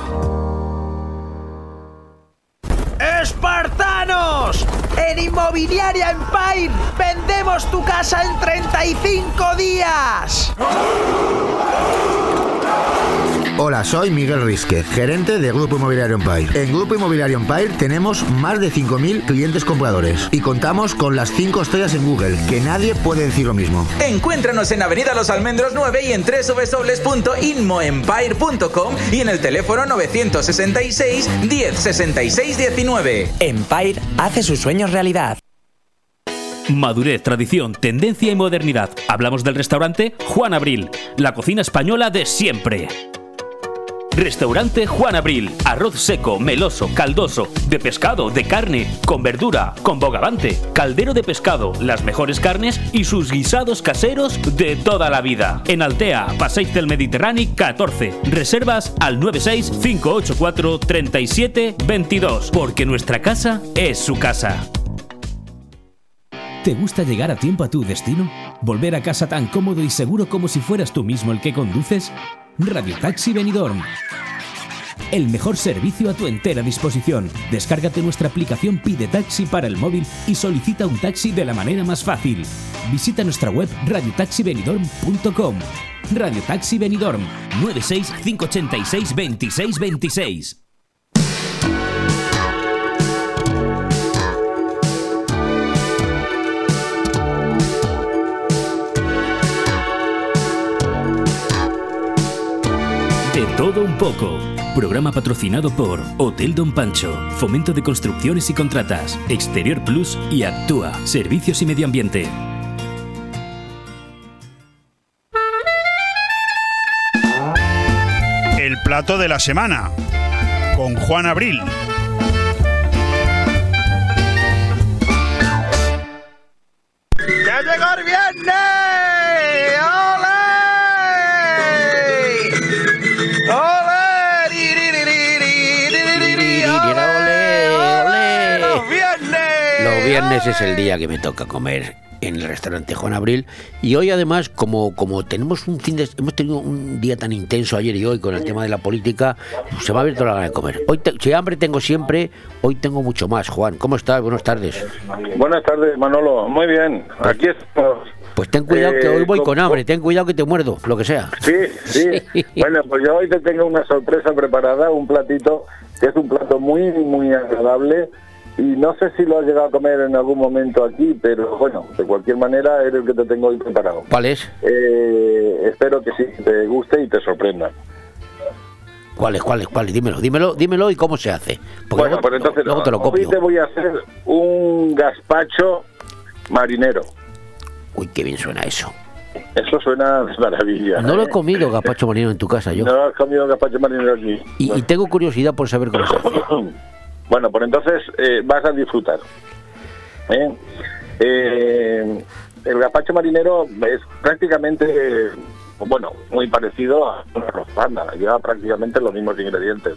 ¡Espartanos! En Inmobiliaria Empire vendemos tu casa en 35 días. Hola, soy Miguel Risque, gerente de Grupo Inmobiliario Empire. En Grupo Inmobiliario Empire tenemos más de 5.000 clientes compradores y contamos con las 5 estrellas en Google, que nadie puede decir lo mismo. Encuéntranos en Avenida Los Almendros 9 y en www.inmoempire.com y en el teléfono 966 10 66 19. Empire hace sus sueños realidad. Madurez, tradición, tendencia y modernidad. Hablamos del restaurante Juan Abril, la cocina española de siempre. Restaurante Juan Abril. Arroz seco, meloso, caldoso, de pescado, de carne, con verdura, con bogavante, caldero de pescado, las mejores carnes y sus guisados caseros de toda la vida. En Altea, Passeig del Mediterrani 14. Reservas al 96 584 37 22, porque nuestra casa es su casa. ¿Te gusta llegar a tiempo a tu destino? ¿Volver a casa tan cómodo y seguro como si fueras tú mismo el que conduces? Radio Taxi Benidorm. El mejor servicio a tu entera disposición. Descárgate nuestra aplicación Pide Taxi para el móvil y solicita un taxi de la manera más fácil. Visita nuestra web radiotaxibenidorm.com. Radio Taxi Benidorm 96 586 26 26. De todo un poco. Programa patrocinado por Hotel Don Pancho, Fomento de Construcciones y Contratas, Exterior Plus y Actúa, Servicios y Medio Ambiente. El plato de la semana, con Juan Abril. ¡Ya llegó el viernes! Viernes es el día que me toca comer en el restaurante Juan Abril, y hoy además como tenemos hemos tenido un día tan intenso ayer y hoy con el tema de la política, se me ha abierto la gana de comer. Hoy si hambre tengo siempre, hoy tengo mucho más. Juan, ¿cómo estás? Buenas tardes. Buenas tardes, Manolo. Muy bien, aquí estamos. Pues ten cuidado que hoy voy con hambre, ten cuidado que te muerdo, lo que sea. Sí. Bueno, pues yo hoy te tengo una sorpresa preparada, un platito que es un plato muy, muy agradable. Y no sé si lo has llegado a comer en algún momento aquí, pero bueno, de cualquier manera es el que te tengo hoy preparado. ¿Cuál es? Espero que sí, te guste y te sorprenda. ¿Cuál es? Dímelo y cómo se hace. Porque bueno, pues entonces luego te lo copio. Hoy te voy a hacer un gazpacho marinero. Uy, qué bien suena eso. Eso suena de maravilla. No lo he comido gazpacho marinero en tu casa, yo. No has comido gazpacho marinero aquí. Y tengo curiosidad por saber cómo se hace. Bueno, pues entonces vas a disfrutar. El gazpacho marinero es prácticamente, bueno, muy parecido a una arroz panda. Lleva prácticamente los mismos ingredientes.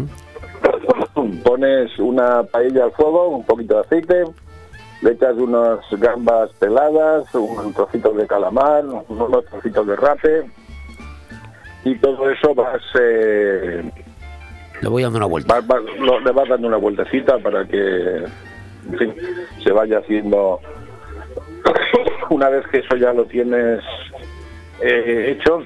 Pones una paella al fuego, un poquito de aceite, le echas unas gambas peladas, unos trocitos de calamar, unos trocitos de rape, y todo eso vas... le voy dando una vuelta. Le vas dando una vueltecita para que, en fin, se vaya haciendo... Una vez que eso ya lo tienes hecho,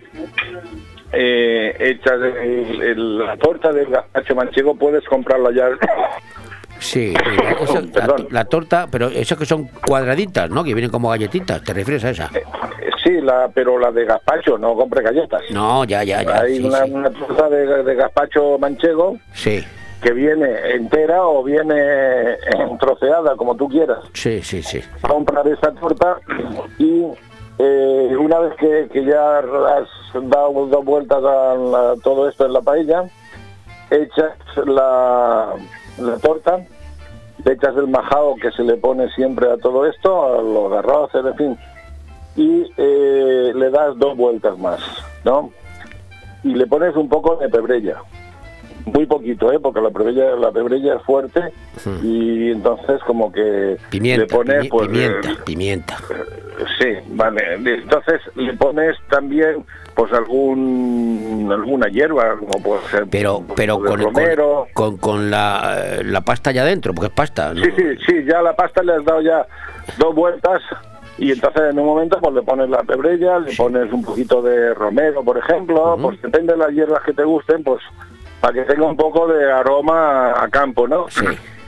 echas la torta del gazpacho manchego, puedes comprarla ya. Sí, eso, la torta, pero esas que son cuadraditas, ¿no? Que vienen como galletitas, ¿te refieres a esa? Sí, pero la de gazpacho, no compre galletas. No, ya. Hay sí, una torta de gazpacho manchego. Sí. Que viene entera o viene troceada, como tú quieras. Sí. Comprar esa torta y una vez que ya has dado dos vueltas a todo esto en la paella, echas la torta, le echas el majao que se le pone siempre a todo esto, a los arroces, en fin, y le das dos vueltas más, ¿no? Y le pones un poco de pebrella. Muy poquito, porque la pebrella es fuerte, y entonces como que le pones pimienta. Sí, vale. Entonces le pones también pues alguna hierba, como puede ser, pero con la pasta ya dentro, porque es pasta, ¿no? Sí, ya la pasta le has dado ya dos vueltas. Y entonces en un momento pues le pones la pebrella, le pones un poquito de romero, por ejemplo, pues depende de las hierbas que te gusten, pues para que tenga un poco de aroma a campo, ¿no? Sí.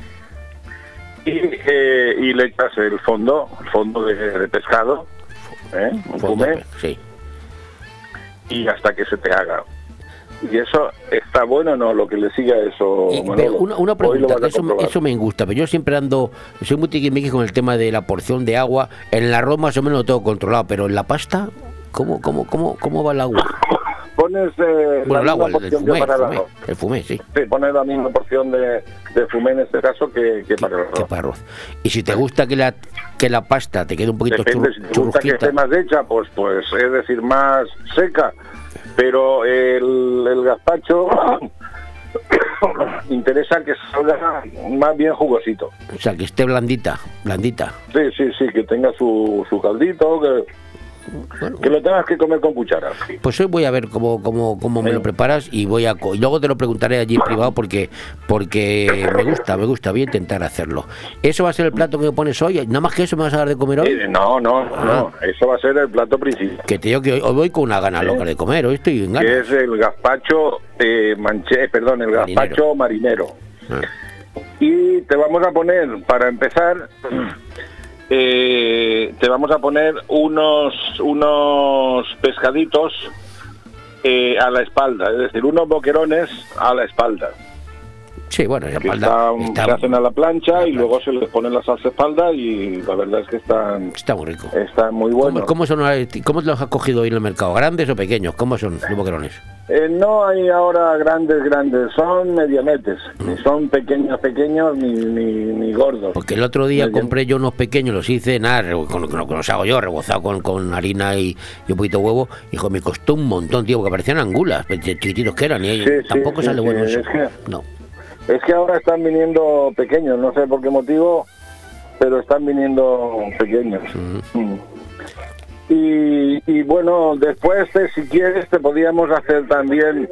Y le echas el fondo de pescado, un fumé, sí. Y hasta que se te haga. Y eso está bueno, ¿no? Lo que le sigue a eso, Manolo. Una pregunta, que eso me gusta, pero yo siempre soy muy tiquismiquis con el tema de la porción de agua. En el arroz más o menos lo tengo controlado, pero en la pasta, ¿cómo va el agua? Pones el agua, el fumé, sí. Sí, pones la misma porción de fumé en este caso que para el arroz. Que para arroz. Y si te gusta que la pasta te quede un poquito si te gusta que esté más hecha, pues es decir, más seca. Pero el gazpacho interesa que salga más bien jugosito. O sea, que esté blandita. Sí, que tenga su caldito, que lo tengas que comer con cuchara. Pues hoy voy a ver cómo me lo preparas y luego te lo preguntaré allí en privado porque me gusta, voy a intentar hacerlo. ¿Eso va a ser el plato que me pones hoy? ¿Nada más que eso me vas a dar de comer hoy? No, eso va a ser el plato principal. Que te digo que hoy voy con una gana loca de comer, hoy estoy en ganas. Que es el gazpacho el gazpacho marinero. Y te vamos a poner, para empezar... te vamos a poner unos pescaditos a la espalda, es decir, unos boquerones a la espalda. Sí, bueno, la espalda se hacen a la plancha y luego se les pone la salsa espalda y la verdad es que está muy rico. Están muy buenos. ¿Cómo los has cogido hoy en el mercado? ¿Grandes o pequeños? ¿Cómo son los boquerones? No hay ahora grandes, son medianetes, ni son pequeños ni gordos. Porque el otro día compré yo unos pequeños, los hice con lo que los hago yo, rebozado con harina y un poquito de huevo. Hijo, me costó un montón, tío, porque parecían angulas, chiquititos que eran, y tampoco sale bueno eso. Es que ahora están viniendo pequeños, no sé por qué motivo, pero están viniendo pequeños. Y bueno, después si quieres te podríamos hacer también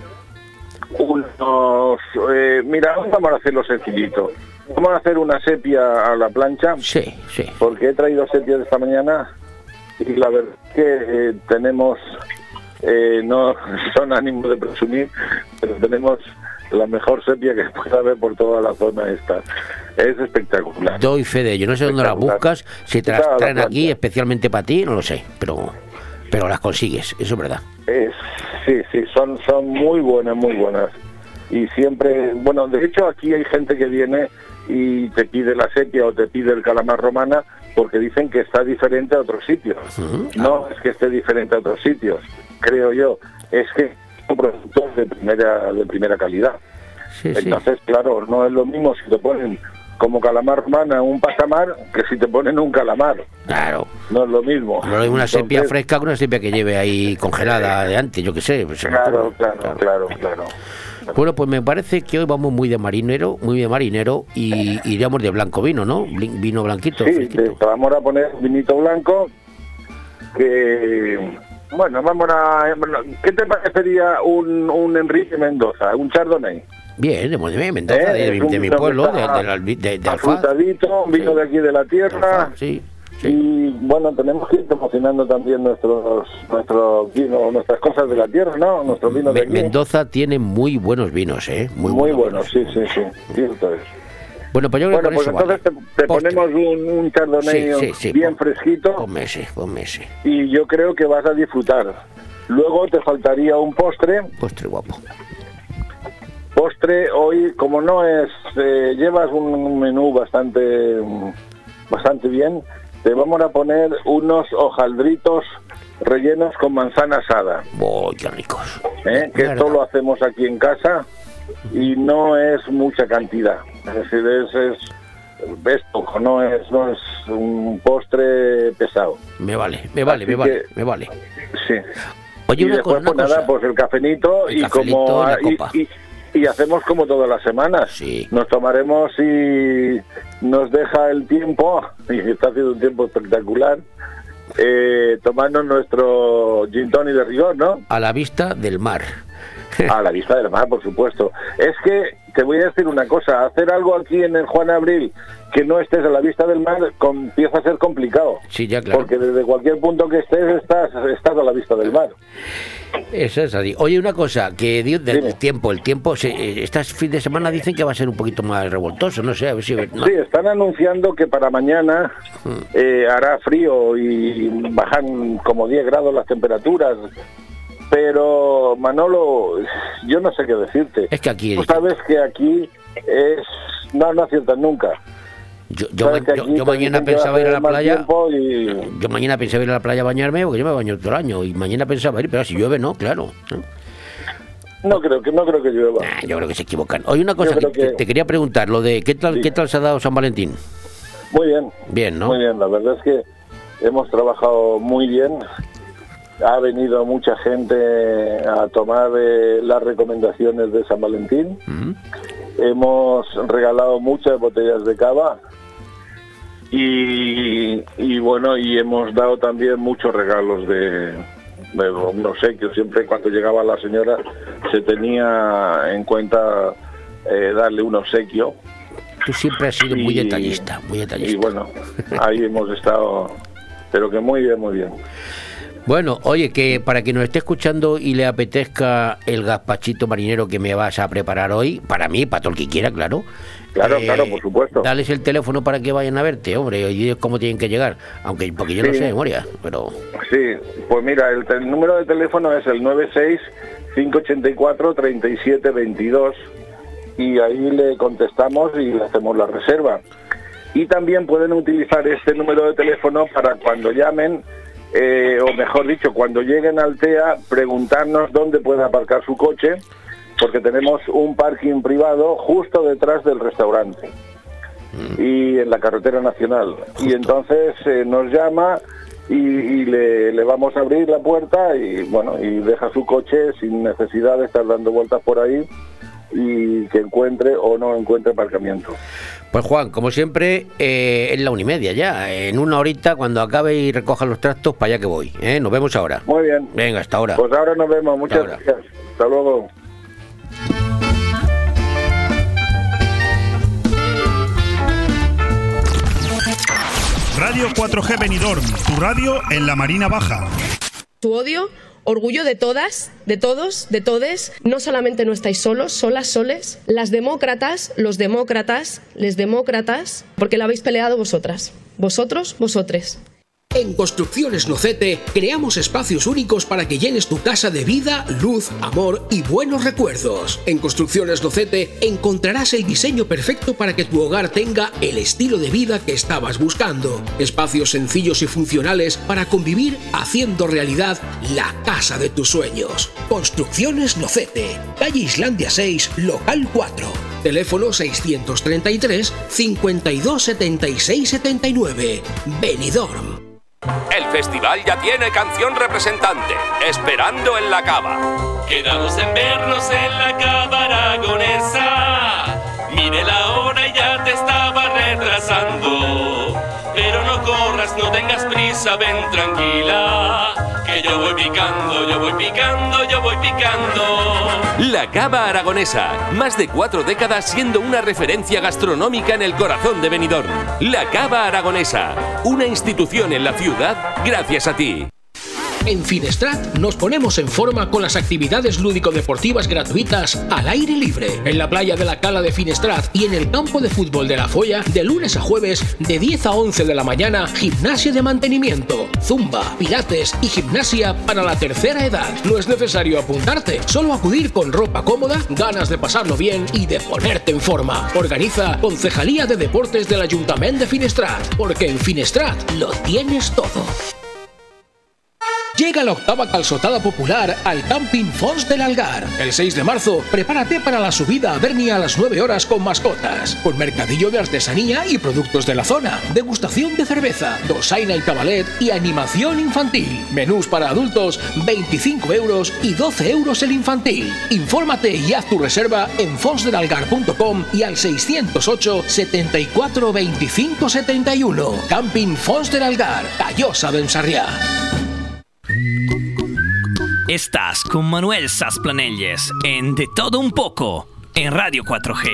unos... mira, vamos a hacerlo sencillito. Vamos a hacer una sepia a la plancha. Sí. Porque he traído sepia de esta mañana y la verdad es que tenemos... no son ánimos de presumir, pero tenemos la mejor sepia que pueda haber por toda la zona esta. Es espectacular. Doy fe de ello. No sé dónde las buscas, si te las traen aquí especialmente para ti, no lo sé, pero las consigues, eso es verdad. Sí, son muy buenas. Y siempre, bueno, de hecho aquí hay gente que viene y te pide la sepia o te pide el calamar romana porque dicen que está diferente a otros sitios. No es que esté diferente a otros sitios, creo yo, es que son productos de primera calidad. Entonces, claro, no es lo mismo si te ponen como calamar romana un pasamar que si te ponen un calamar. Claro. No es lo mismo. No es una sepia fresca con una sepia que lleve ahí congelada de antes, yo qué sé. Pues claro. Bueno, pues me parece que hoy vamos muy de marinero y iríamos de blanco vino, ¿no? Vino blanquito. Sí, te vamos a poner vinito blanco que... Bueno, ¿qué te parecería un Enrique Mendoza, un Chardonnay? Bien, de Mendoza, de mi pueblo, de Alfaz. Afrutadito, un vino de aquí de la tierra. Sí. Y bueno, tenemos que ir promocionando también nuestros vinos, nuestras cosas de la tierra, ¿no? Nuestros vinos de aquí. Mendoza tiene muy buenos vinos, ¿eh? Muy buenos, sí, cierto es. Bueno, pues yo creo que pues entonces te ponemos un Chardonnay bien fresquito. Ponme ese. Y yo creo que vas a disfrutar. Luego te faltaría un postre. Postre guapo. Postre hoy, como no es, llevas un menú bastante bien, te vamos a poner unos hojaldritos rellenos con manzana asada. ¡Qué ricos! Que esto lo hacemos aquí en casa y no es mucha cantidad. Es decir, es poco, no es un postre pesado. Me vale. Sí. Oye, y después, pues el cafenito y hacemos como todas las semanas. Sí. Nos tomaremos, si nos deja el tiempo, y está haciendo un tiempo espectacular, tomarnos nuestro gin tonic de rigor, ¿no? A la vista del mar. A la vista del mar, por supuesto. Es que te voy a decir una cosa, hacer algo aquí en el Juan Abril que no estés a la vista del mar empieza a ser complicado. Sí, ya, claro. Porque desde cualquier punto que estés, estás a la vista del mar. Eso es así. Oye, una cosa, que el tiempo, este fin de semana dicen que va a ser un poquito más revoltoso, no sé, a ver si... No. Sí, están anunciando que para mañana hará frío y bajan como 10 grados las temperaturas. Pero, Manolo, yo no sé qué decirte. Es que aquí... Tú sabes que aquí no aciertas nunca. Yo mañana pensaba ir a la playa. Yo mañana pensaba ir a la playa a bañarme, porque yo me baño todo el año. Y mañana pensaba ir, pero si llueve, no, claro. No creo que llueva. Yo creo que se equivocan. Oye, una cosa que te quería preguntar, lo de ¿qué tal se ha dado San Valentín? Muy bien. Bien, ¿no? Muy bien, la verdad es que hemos trabajado muy bien. Ha venido mucha gente a tomar las recomendaciones de San Valentín. Hemos regalado muchas botellas de cava y bueno, y hemos dado también muchos regalos de un obsequio. Siempre cuando llegaba la señora se tenía en cuenta darle un obsequio. Tú siempre has sido muy detallista. Y bueno, ahí hemos estado, pero que muy bien. Bueno, oye, que para quien nos esté escuchando y le apetezca el gazpachito marinero que me vas a preparar hoy, para mí, para todo el que quiera, claro. Claro, por supuesto. Dales el teléfono para que vayan a verte, hombre, y ellos cómo tienen que llegar, porque yo no sé de memoria, pero... Sí, pues mira, el número de teléfono es el 96-584-3722 y ahí le contestamos y le hacemos la reserva. Y también pueden utilizar este número de teléfono para cuando llamen, o mejor dicho, cuando lleguen al TEA, preguntarnos dónde pueden aparcar su coche, porque tenemos un parking privado justo detrás del restaurante y en la carretera nacional. Y entonces nos llama y le vamos a abrir la puerta y bueno, y deja su coche sin necesidad de estar dando vueltas por ahí y que encuentre o no encuentre aparcamiento. Pues Juan, como siempre, es la 1:30 ya. En una horita, cuando acabe y recoja los trastos, para allá que voy. Nos vemos ahora. Muy bien. Venga, hasta ahora. Pues ahora nos vemos. Muchas gracias. Hasta luego. Radio 4G Benidorm, tu radio en la Marina Baja. Tu odio, orgullo de todas, de todos, de todes. No solamente no estáis solos, solas, soles. Las demócratas, los demócratas, les demócratas, porque la habéis peleado vosotras. Vosotros, vosotres. En Construcciones Nocete creamos espacios únicos para que llenes tu casa de vida, luz, amor y buenos recuerdos. En Construcciones Nocete encontrarás el diseño perfecto para que tu hogar tenga el estilo de vida que estabas buscando. Espacios sencillos y funcionales para convivir haciendo realidad la casa de tus sueños. Construcciones Nocete, calle Islandia 6, local 4. Teléfono 633 52 76 79. Benidorm. El festival ya tiene canción representante, Esperando en la Cava. Quedamos en vernos en la Cava aragonesa. Mire la hora y ya te estaba retrasando. Pero no corras, no tengas prisa, ven tranquila. Que yo voy picando, yo voy picando, yo voy picando. La Cava aragonesa, más de 4 décadas siendo una referencia gastronómica en el corazón de Benidorm. La Cava aragonesa, una institución en la ciudad gracias a ti. En Finestrat nos ponemos en forma con las actividades lúdico-deportivas gratuitas al aire libre. En la playa de la Cala de Finestrat y en el campo de fútbol de La Folla, de lunes a jueves, de 10 a 11 de la mañana, gimnasia de mantenimiento, zumba, pilates y gimnasia para la tercera edad. No es necesario apuntarte, solo acudir con ropa cómoda, ganas de pasarlo bien y de ponerte en forma. Organiza Concejalía de Deportes del Ayuntamiento de Finestrat, porque en Finestrat lo tienes todo. Llega la octava calçotada popular al Camping Fons del Algar. El 6 de marzo, prepárate para la subida a Bernia a las 9 horas con mascotas, con mercadillo de artesanía y productos de la zona, degustación de cerveza, dolçaina y cabalet y animación infantil. Menús para adultos, 25 euros y 12 euros el infantil. Infórmate y haz tu reserva en fonsdelalgar.com y al 608 74 25 71. Camping Fons del Algar, Callosa d'en Sarrià. Estás con Manuel Sasplanelles en De Todo Un Poco en Radio 4G.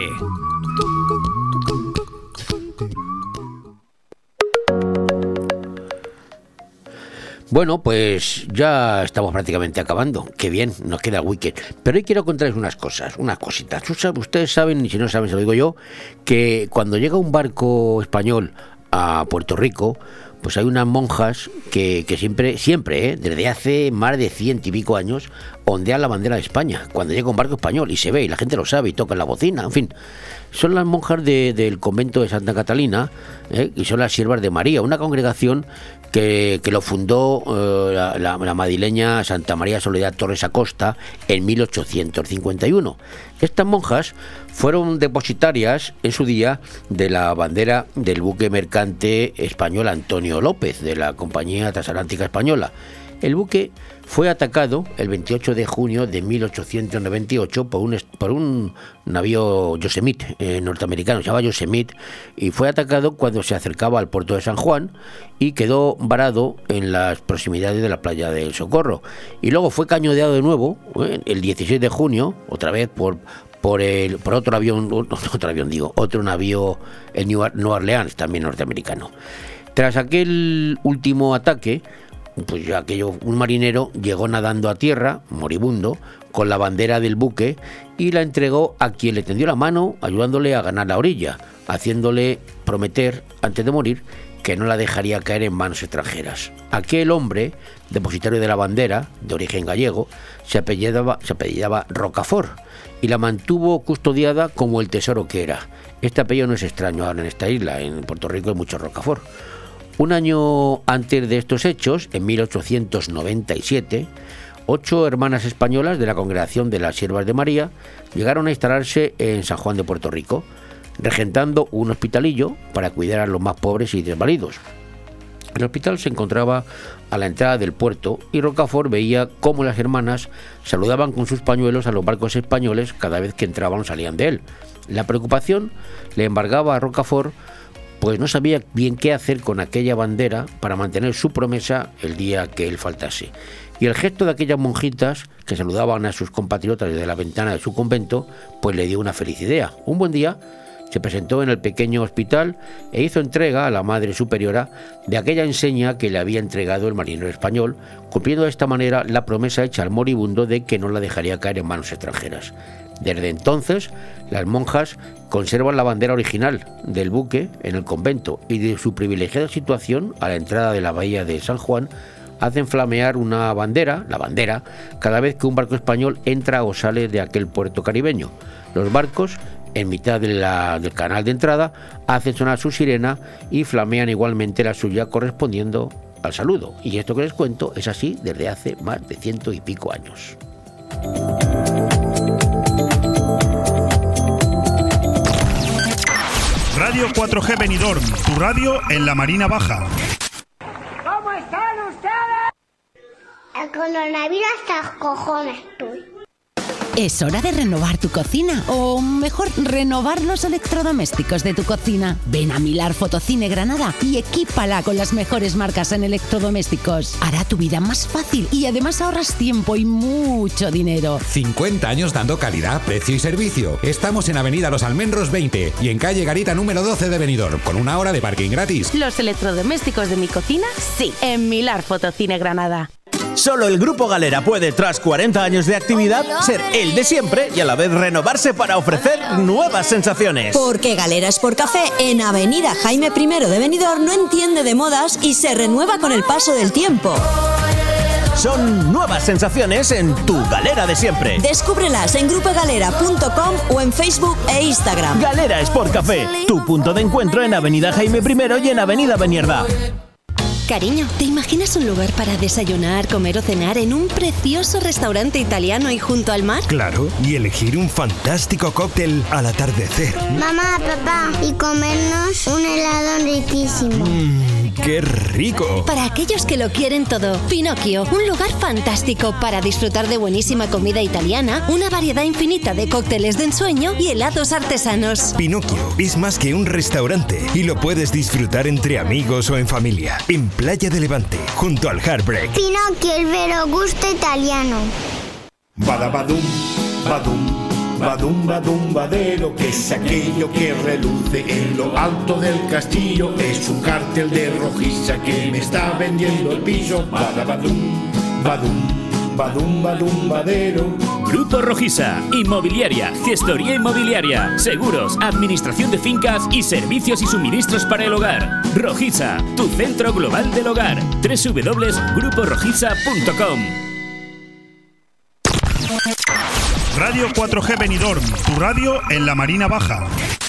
Bueno, pues ya estamos prácticamente acabando. Qué bien, nos queda el weekend. Pero hoy quiero contarles unas cositas. Ustedes saben, y si no saben, se lo digo yo, que cuando llega un barco español a Puerto Rico, pues hay unas monjas que siempre, desde hace más de 100 y pico años, ondean la bandera de España cuando llega un barco español, y se ve, y la gente lo sabe, y tocan la bocina, en fin. Son las monjas del convento de Santa Catalina, y son las Siervas de María, una congregación que lo fundó la madrileña Santa María Soledad Torres Acosta en 1851. Estas monjas fueron depositarias en su día de la bandera del buque mercante español Antonio López, de la Compañía Transatlántica Española. El buque fue atacado el 28 de junio de 1898 por un navío Yosemite norteamericano, se llama Yosemite, y fue atacado cuando se acercaba al puerto de San Juan y quedó varado en las proximidades de la playa del Socorro. Y luego fue cañoneado de nuevo el 16 de junio, otra vez por otro navío, el New Orleans, también norteamericano. Tras aquel último ataque, pues ya un marinero llegó nadando a tierra, moribundo, con la bandera del buque y la entregó a quien le tendió la mano, ayudándole a ganar la orilla, haciéndole prometer, antes de morir, que no la dejaría caer en manos extranjeras. Aquel hombre, depositario de la bandera, de origen gallego, se apellidaba Rocafort y la mantuvo custodiada como el tesoro que era. Este apellido no es extraño ahora en esta isla, en Puerto Rico hay muchos Rocafort. Un año antes de estos hechos, en 1897, 8 hermanas españolas de la Congregación de las Siervas de María llegaron a instalarse en San Juan de Puerto Rico, regentando un hospitalillo para cuidar a los más pobres y desvalidos. El hospital se encontraba a la entrada del puerto y Rocafort veía cómo las hermanas saludaban con sus pañuelos a los barcos españoles cada vez que entraban o salían de él. La preocupación le embargaba a Rocafort, pues no sabía bien qué hacer con aquella bandera para mantener su promesa el día que él faltase. Y el gesto de aquellas monjitas que saludaban a sus compatriotas desde la ventana de su convento, pues le dio una feliz idea. Un buen día se presentó en el pequeño hospital e hizo entrega a la Madre Superiora de aquella enseña que le había entregado el marinero español, cumpliendo de esta manera la promesa hecha al moribundo de que no la dejaría caer en manos extranjeras. Desde entonces, las monjas conservan la bandera original del buque en el convento y de su privilegiada situación a la entrada de la bahía de San Juan hacen flamear una bandera, la bandera, cada vez que un barco español entra o sale de aquel puerto caribeño. Los barcos, en mitad del canal de entrada, hacen sonar su sirena y flamean igualmente la suya correspondiendo al saludo. Y esto que les cuento es así desde hace más de 100 y pico años. Radio 4G Benidorm, tu radio en la Marina Baja. ¿Cómo están ustedes? El coronavirus hasta los cojones estoy. Es hora de renovar tu cocina, o mejor, renovar los electrodomésticos de tu cocina. Ven a Milar Fotocine Granada y equípala con las mejores marcas en electrodomésticos. Hará tu vida más fácil y además ahorras tiempo y mucho dinero. 50 años dando calidad, precio y servicio. Estamos en Avenida Los Almendros 20 y en calle Garita número 12 de Benidorm, con 1 hora de parking gratis. Los electrodomésticos de mi cocina, sí, en Milar Fotocine Granada. Solo el Grupo Galera puede, tras 40 años de actividad, ser el de siempre y a la vez renovarse para ofrecer nuevas sensaciones. Porque Galera Sport Café en Avenida Jaime I de Benidorm no entiende de modas y se renueva con el paso del tiempo. Son nuevas sensaciones en tu galera de siempre. Descúbrelas en grupogalera.com o en Facebook e Instagram. Galera Sport Café, tu punto de encuentro en Avenida Jaime I y en Avenida Benierda. Cariño, ¿te imaginas un lugar para desayunar, comer o cenar en un precioso restaurante italiano y junto al mar? Claro, y elegir un fantástico cóctel al atardecer. Mamá, papá, y comernos un helado riquísimo. ¡Qué rico! Para aquellos que lo quieren todo, Pinocchio, un lugar fantástico para disfrutar de buenísima comida italiana, una variedad infinita de cócteles de ensueño y helados artesanos. Pinocchio es más que un restaurante y lo puedes disfrutar entre amigos o en familia. En Playa de Levante, junto al Heartbreak. Pinocchio, el vero gusto italiano. Badabadum, badum, badum, badum, badero, que es aquello que reluce en lo alto del castillo. Es un cartel de Rojiza que me está vendiendo el piso. Badabadum, badum, badum, badum, badero. Grupo Rojiza, inmobiliaria, gestoría inmobiliaria, seguros, administración de fincas y servicios y suministros para el hogar. Rojiza, tu centro global del hogar. www.gruporojiza.com. Radio 4G Benidorm, tu radio en la Marina Baja.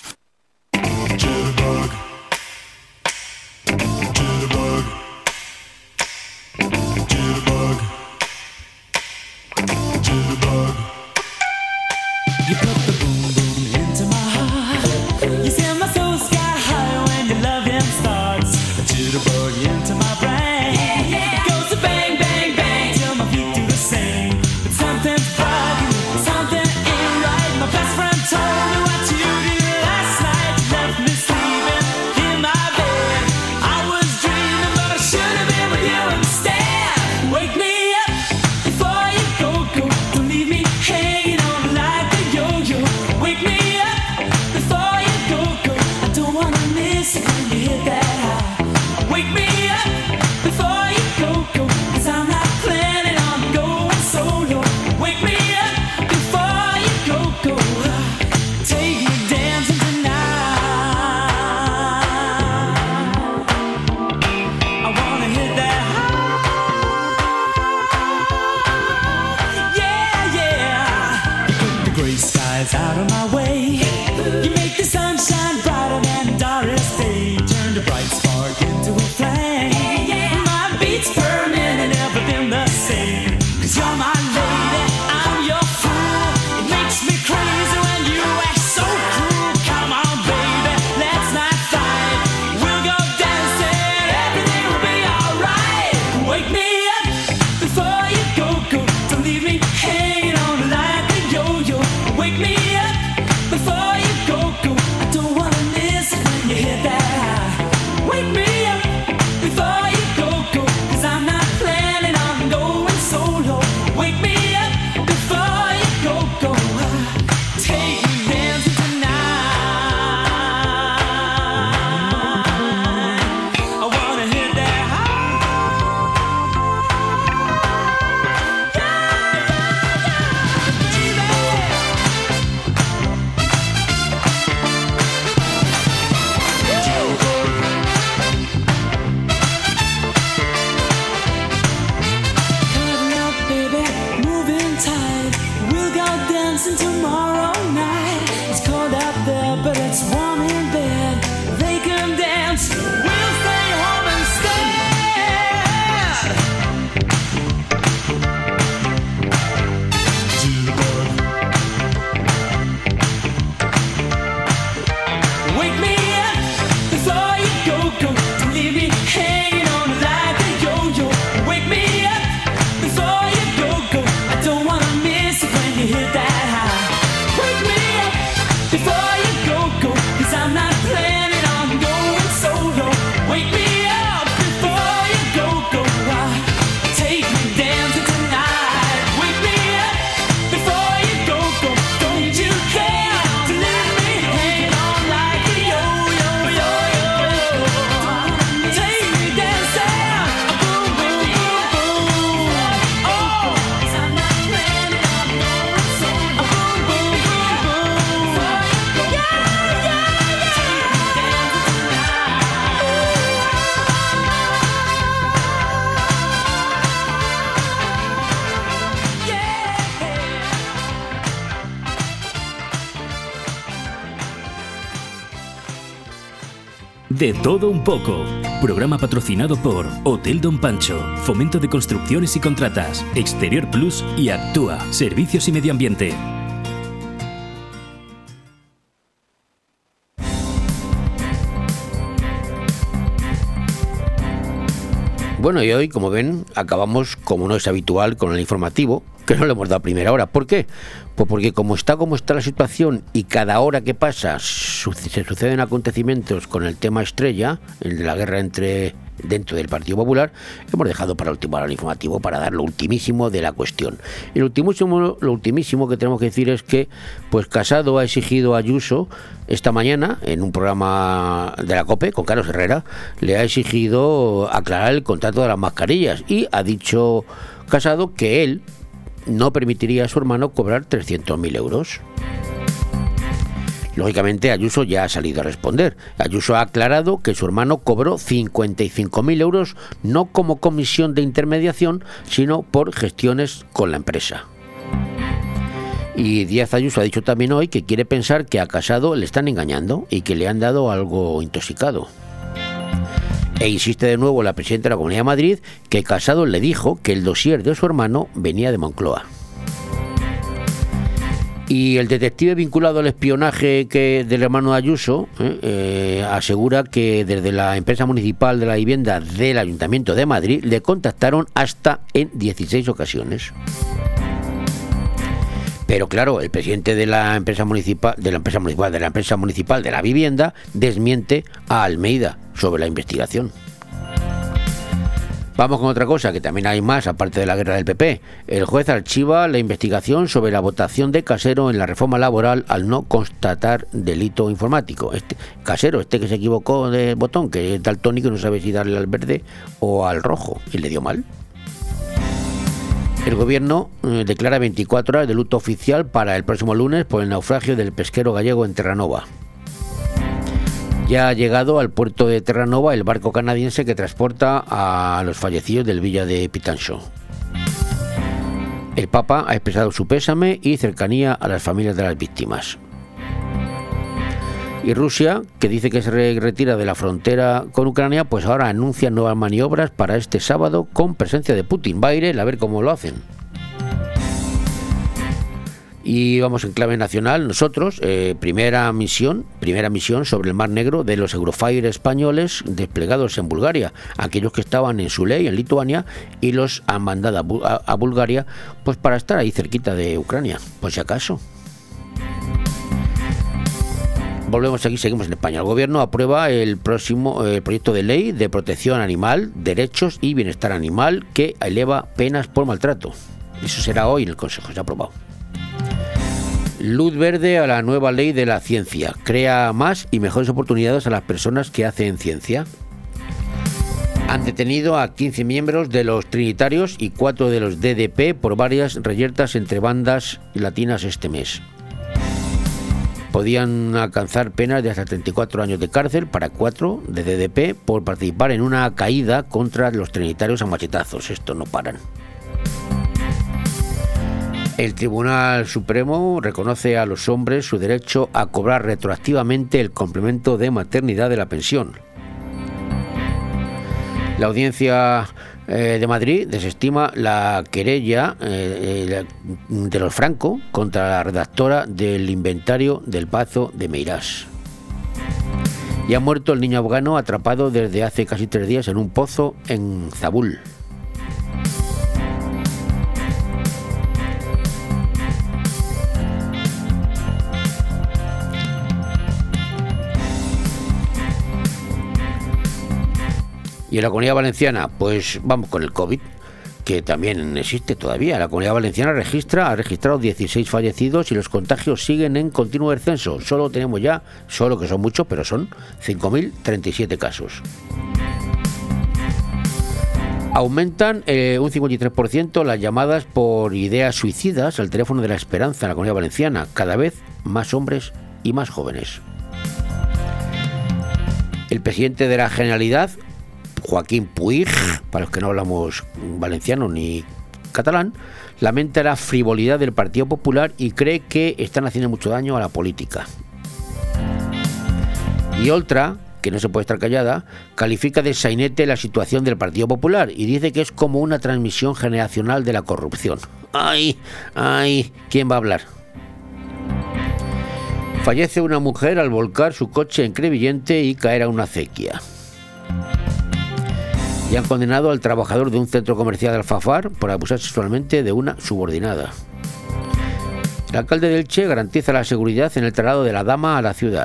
You put the boom boom into my heart. You send my soul sky high when your loving starts. A jitterbug into my brain. It goes to bang bang bang till my feet do the same. But something's bugging, something ain't right. My best friend told me what you did last night. You left me sleeping in my bed. I was dreaming, but I should have been with you instead. Wake me up before you go. Don't leave me hanging on like a yo-yo. Wake me up before you go. I don't wanna miss it when you hit that high. Wake me up before you go. 'Cause I'm not planning on going solo. Wake me up before you go. Take me dancing tonight. I wanna hit that high. Yeah, yeah. You put the gray skies out of my way. You make the sunshine brighter than Doris Day. Turn the bright spark into a flame. My beats burning and never been the same. 'Cause you're my lady, I'm your fool. It makes me crazy when you act so cruel. Come on, baby, let's not fight. We'll go dancing, everything will be alright. Wake me up before you go. Don't leave me hanging on like a yo-yo. Wake me up before you go. I don't wanna De todo un poco. Programa patrocinado por Hotel Don Pancho, Fomento de Construcciones y Contratas, Exterior Plus y Actúa, Servicios y Medio Ambiente. Bueno, y hoy, como ven, acabamos, como no es habitual, con el informativo, que no lo hemos dado a primera hora. ¿Por qué? Pues porque como está la situación y cada hora que pasa se suceden acontecimientos con el tema estrella, el de la guerra dentro del Partido Popular, hemos dejado para último el informativo para dar lo ultimísimo de la cuestión. Y lo ultimísimo que tenemos que decir es que pues Casado ha exigido a Ayuso esta mañana, en un programa de la COPE con Carlos Herrera, le ha exigido aclarar el contrato de las mascarillas y ha dicho Casado que él no permitiría a su hermano cobrar 300.000 euros. Lógicamente Ayuso ya ha salido a responder. Ayuso ha aclarado que su hermano cobró 55.000 euros no como comisión de intermediación, sino por gestiones con la empresa. Y Díaz Ayuso ha dicho también hoy que quiere pensar que a Casado le están engañando y que le han dado algo intoxicado. E insiste de nuevo la presidenta de la Comunidad de Madrid que Casado le dijo que el dossier de su hermano venía de Moncloa. Y el detective vinculado al espionaje del hermano de Ayuso asegura que desde la empresa municipal de la vivienda del Ayuntamiento de Madrid le contactaron hasta en 16 ocasiones. Pero claro, el presidente de la empresa municipal de la vivienda desmiente a Almeida sobre la investigación. Vamos con otra cosa, que también hay más, aparte de la guerra del PP. El juez archiva la investigación sobre la votación de Casero en la reforma laboral al no constatar delito informático. Casero, que se equivocó de botón, que es daltónico y no sabe si darle al verde o al rojo, y le dio mal. El gobierno declara 24 horas de luto oficial para el próximo lunes por el naufragio del pesquero gallego en Terranova. Ya ha llegado al puerto de Terranova el barco canadiense que transporta a los fallecidos del Villa de Pitancho. El Papa ha expresado su pésame y cercanía a las familias de las víctimas. Y Rusia, que dice que se retira de la frontera con Ucrania, pues ahora anuncia nuevas maniobras para este sábado con presencia de Putin. Va a ir a ver cómo lo hacen. Y vamos en clave nacional, nosotros, primera misión sobre el Mar Negro de los Eurofighter españoles desplegados en Bulgaria, aquellos que estaban en Suley, en Lituania, y los han mandado a Bulgaria pues para estar ahí cerquita de Ucrania, por si acaso. Volvemos aquí, seguimos en España. El gobierno aprueba el proyecto de ley de protección animal, derechos y bienestar animal que eleva penas por maltrato. Eso será hoy en el Consejo, se ha aprobado. Luz verde a la nueva ley de la ciencia. Crea más y mejores oportunidades a las personas que hacen ciencia. Han detenido a 15 miembros de los Trinitarios y 4 de los DDP por varias reyertas entre bandas latinas este mes. Podían alcanzar penas de hasta 34 años de cárcel para 4 de DDP por participar en una caída contra los Trinitarios a machetazos. Esto no paran. El Tribunal Supremo reconoce a los hombres su derecho a cobrar retroactivamente el complemento de maternidad de la pensión. La Audiencia de Madrid desestima la querella de los Franco contra la redactora del inventario del Pazo de Meirás. Y ha muerto el niño afgano atrapado desde hace casi 3 días en un pozo en Zabul. Y en la Comunidad Valenciana, pues vamos con el COVID, que también existe todavía. La Comunidad Valenciana ha registrado 16 fallecidos y los contagios siguen en continuo descenso. Solo tenemos ya, que son muchos, pero son 5.037 casos. Aumentan un 53% las llamadas por ideas suicidas al teléfono de la Esperanza en la Comunidad Valenciana. Cada vez más hombres y más jóvenes. El presidente de la Generalidad, Joaquín Puig, para los que no hablamos valenciano ni catalán, lamenta la frivolidad del Partido Popular y cree que están haciendo mucho daño a la política. Y Oltra que no se puede estar callada, califica de sainete la situación del Partido Popular y dice que es como una transmisión generacional de la corrupción. ¡Ay! ¿Quién va a hablar? Fallece una mujer al volcar su coche en Crevillente y caer a una acequia. Y han condenado al trabajador de un centro comercial de Alfafar por abusar sexualmente de una subordinada. El alcalde de Elche garantiza la seguridad en el traslado de la dama a la ciudad.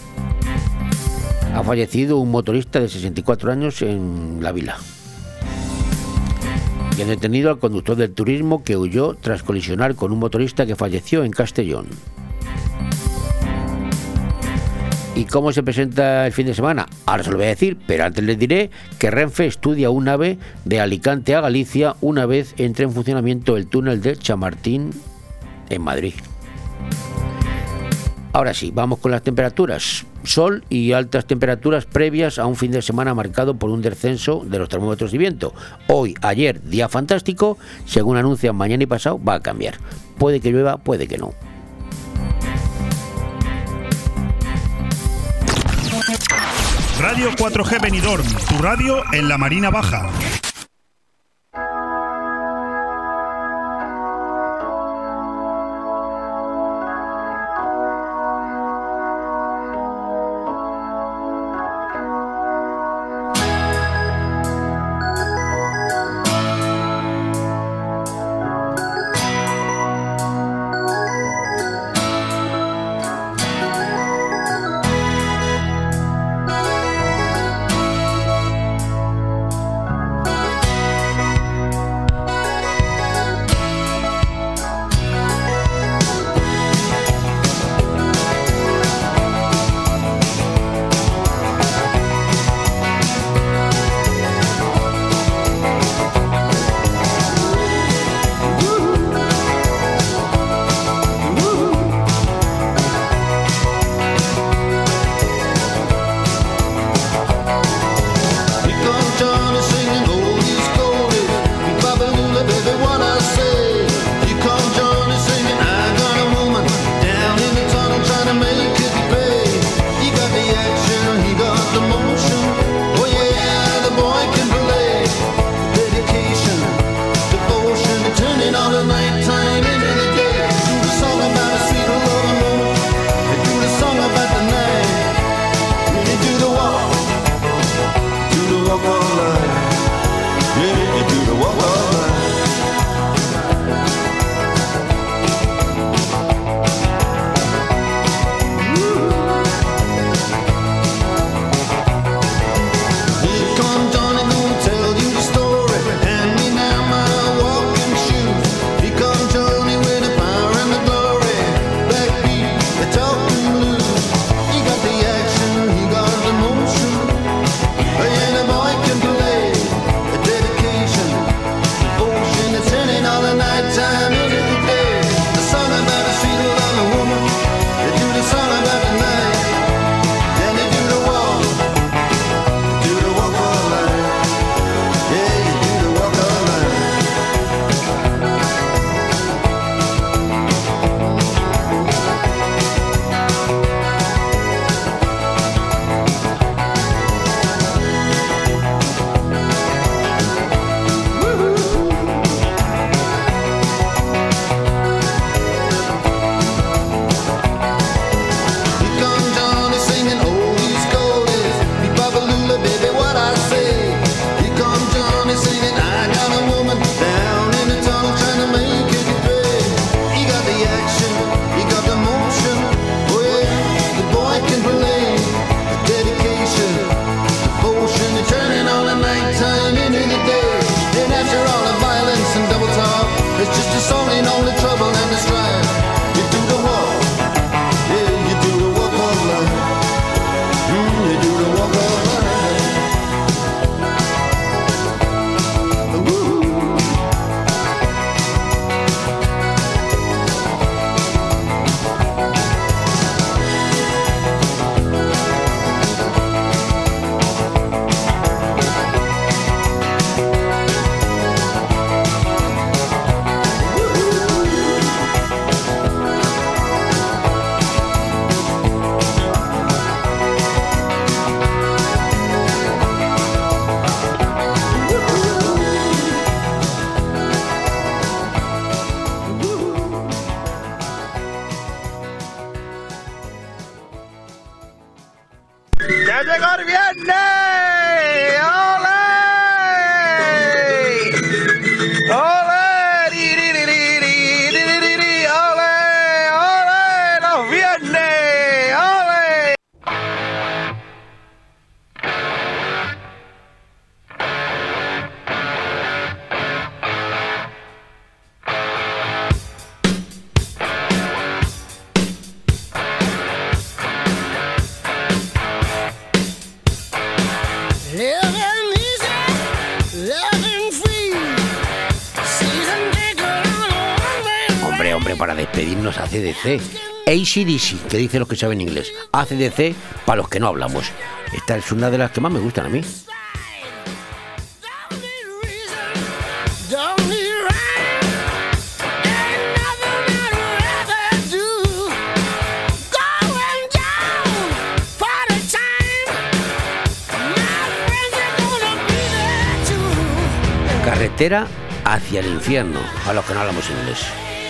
Ha fallecido un motorista de 64 años en La Vila. Y han detenido al conductor del turismo que huyó tras colisionar con un motorista que falleció en Castellón. ¿Y cómo se presenta el fin de semana? Ahora se lo voy a decir, pero antes les diré que Renfe estudia un AVE de Alicante a Galicia una vez entre en funcionamiento el túnel de Chamartín en Madrid. Ahora sí, vamos con las temperaturas. Sol y altas temperaturas previas a un fin de semana marcado por un descenso de los termómetros y viento. Hoy, ayer, día fantástico, según anuncian mañana y pasado, va a cambiar. Puede que llueva, puede que no. Radio 4G Benidorm, tu radio en la Marina Baja. ¡Ya llegó el viernes! ¡Ole! ¡Ole! ¡Ri! ¡Ole! ¡Ole! ¡Los viernes! ¡Ole! Hombre, para despedirnos AC/DC. AC/DC, que dicen los que saben inglés. AC/DC para los que no hablamos. Esta es una de las que más me gustan a mí. Carretera hacia el infierno, a los que no hablamos inglés.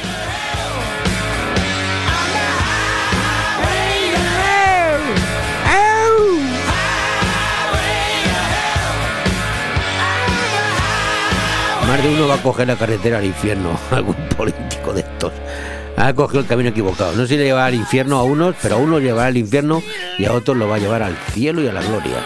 Más de uno va a coger la carretera al infierno, algún político de estos. Ha cogido el camino equivocado. No sé si le llevará al infierno a unos, pero a unos llevará al infierno y a otros lo va a llevar al cielo y a la gloria.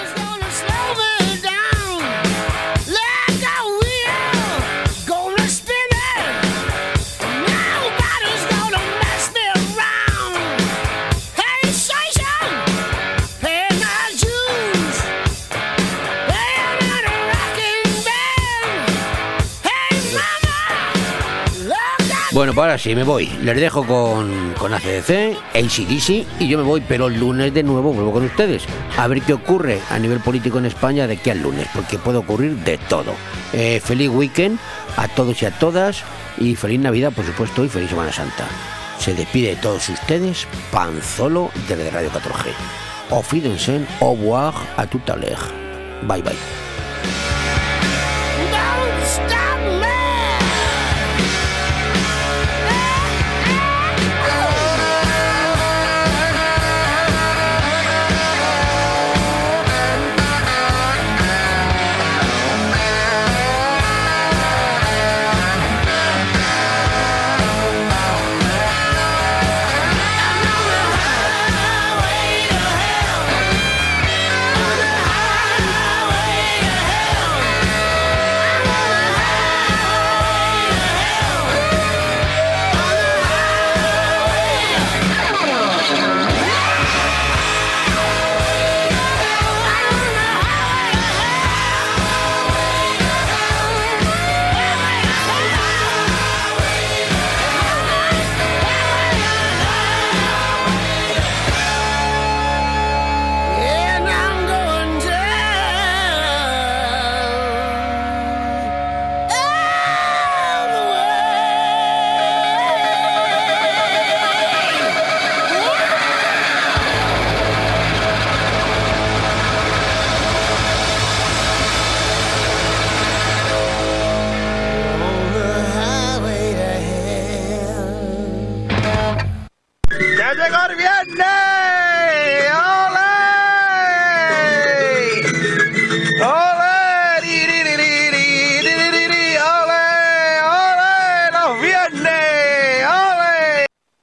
Bueno, pues ahora sí, me voy. Les dejo con AC/DC, AC/DC y yo me voy, pero el lunes de nuevo vuelvo con ustedes. A ver qué ocurre a nivel político en España de aquí al lunes, porque puede ocurrir de todo. Feliz weekend a todos y a todas y feliz Navidad, por supuesto, y feliz Semana Santa. Se despide de todos ustedes, Panzolo desde Radio 4G. Auf Wiedersehen, au revoir, à tout à l'heure. Bye bye.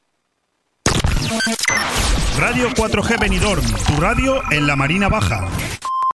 Radio 4G Benidorm, tu radio en la Marina Baja.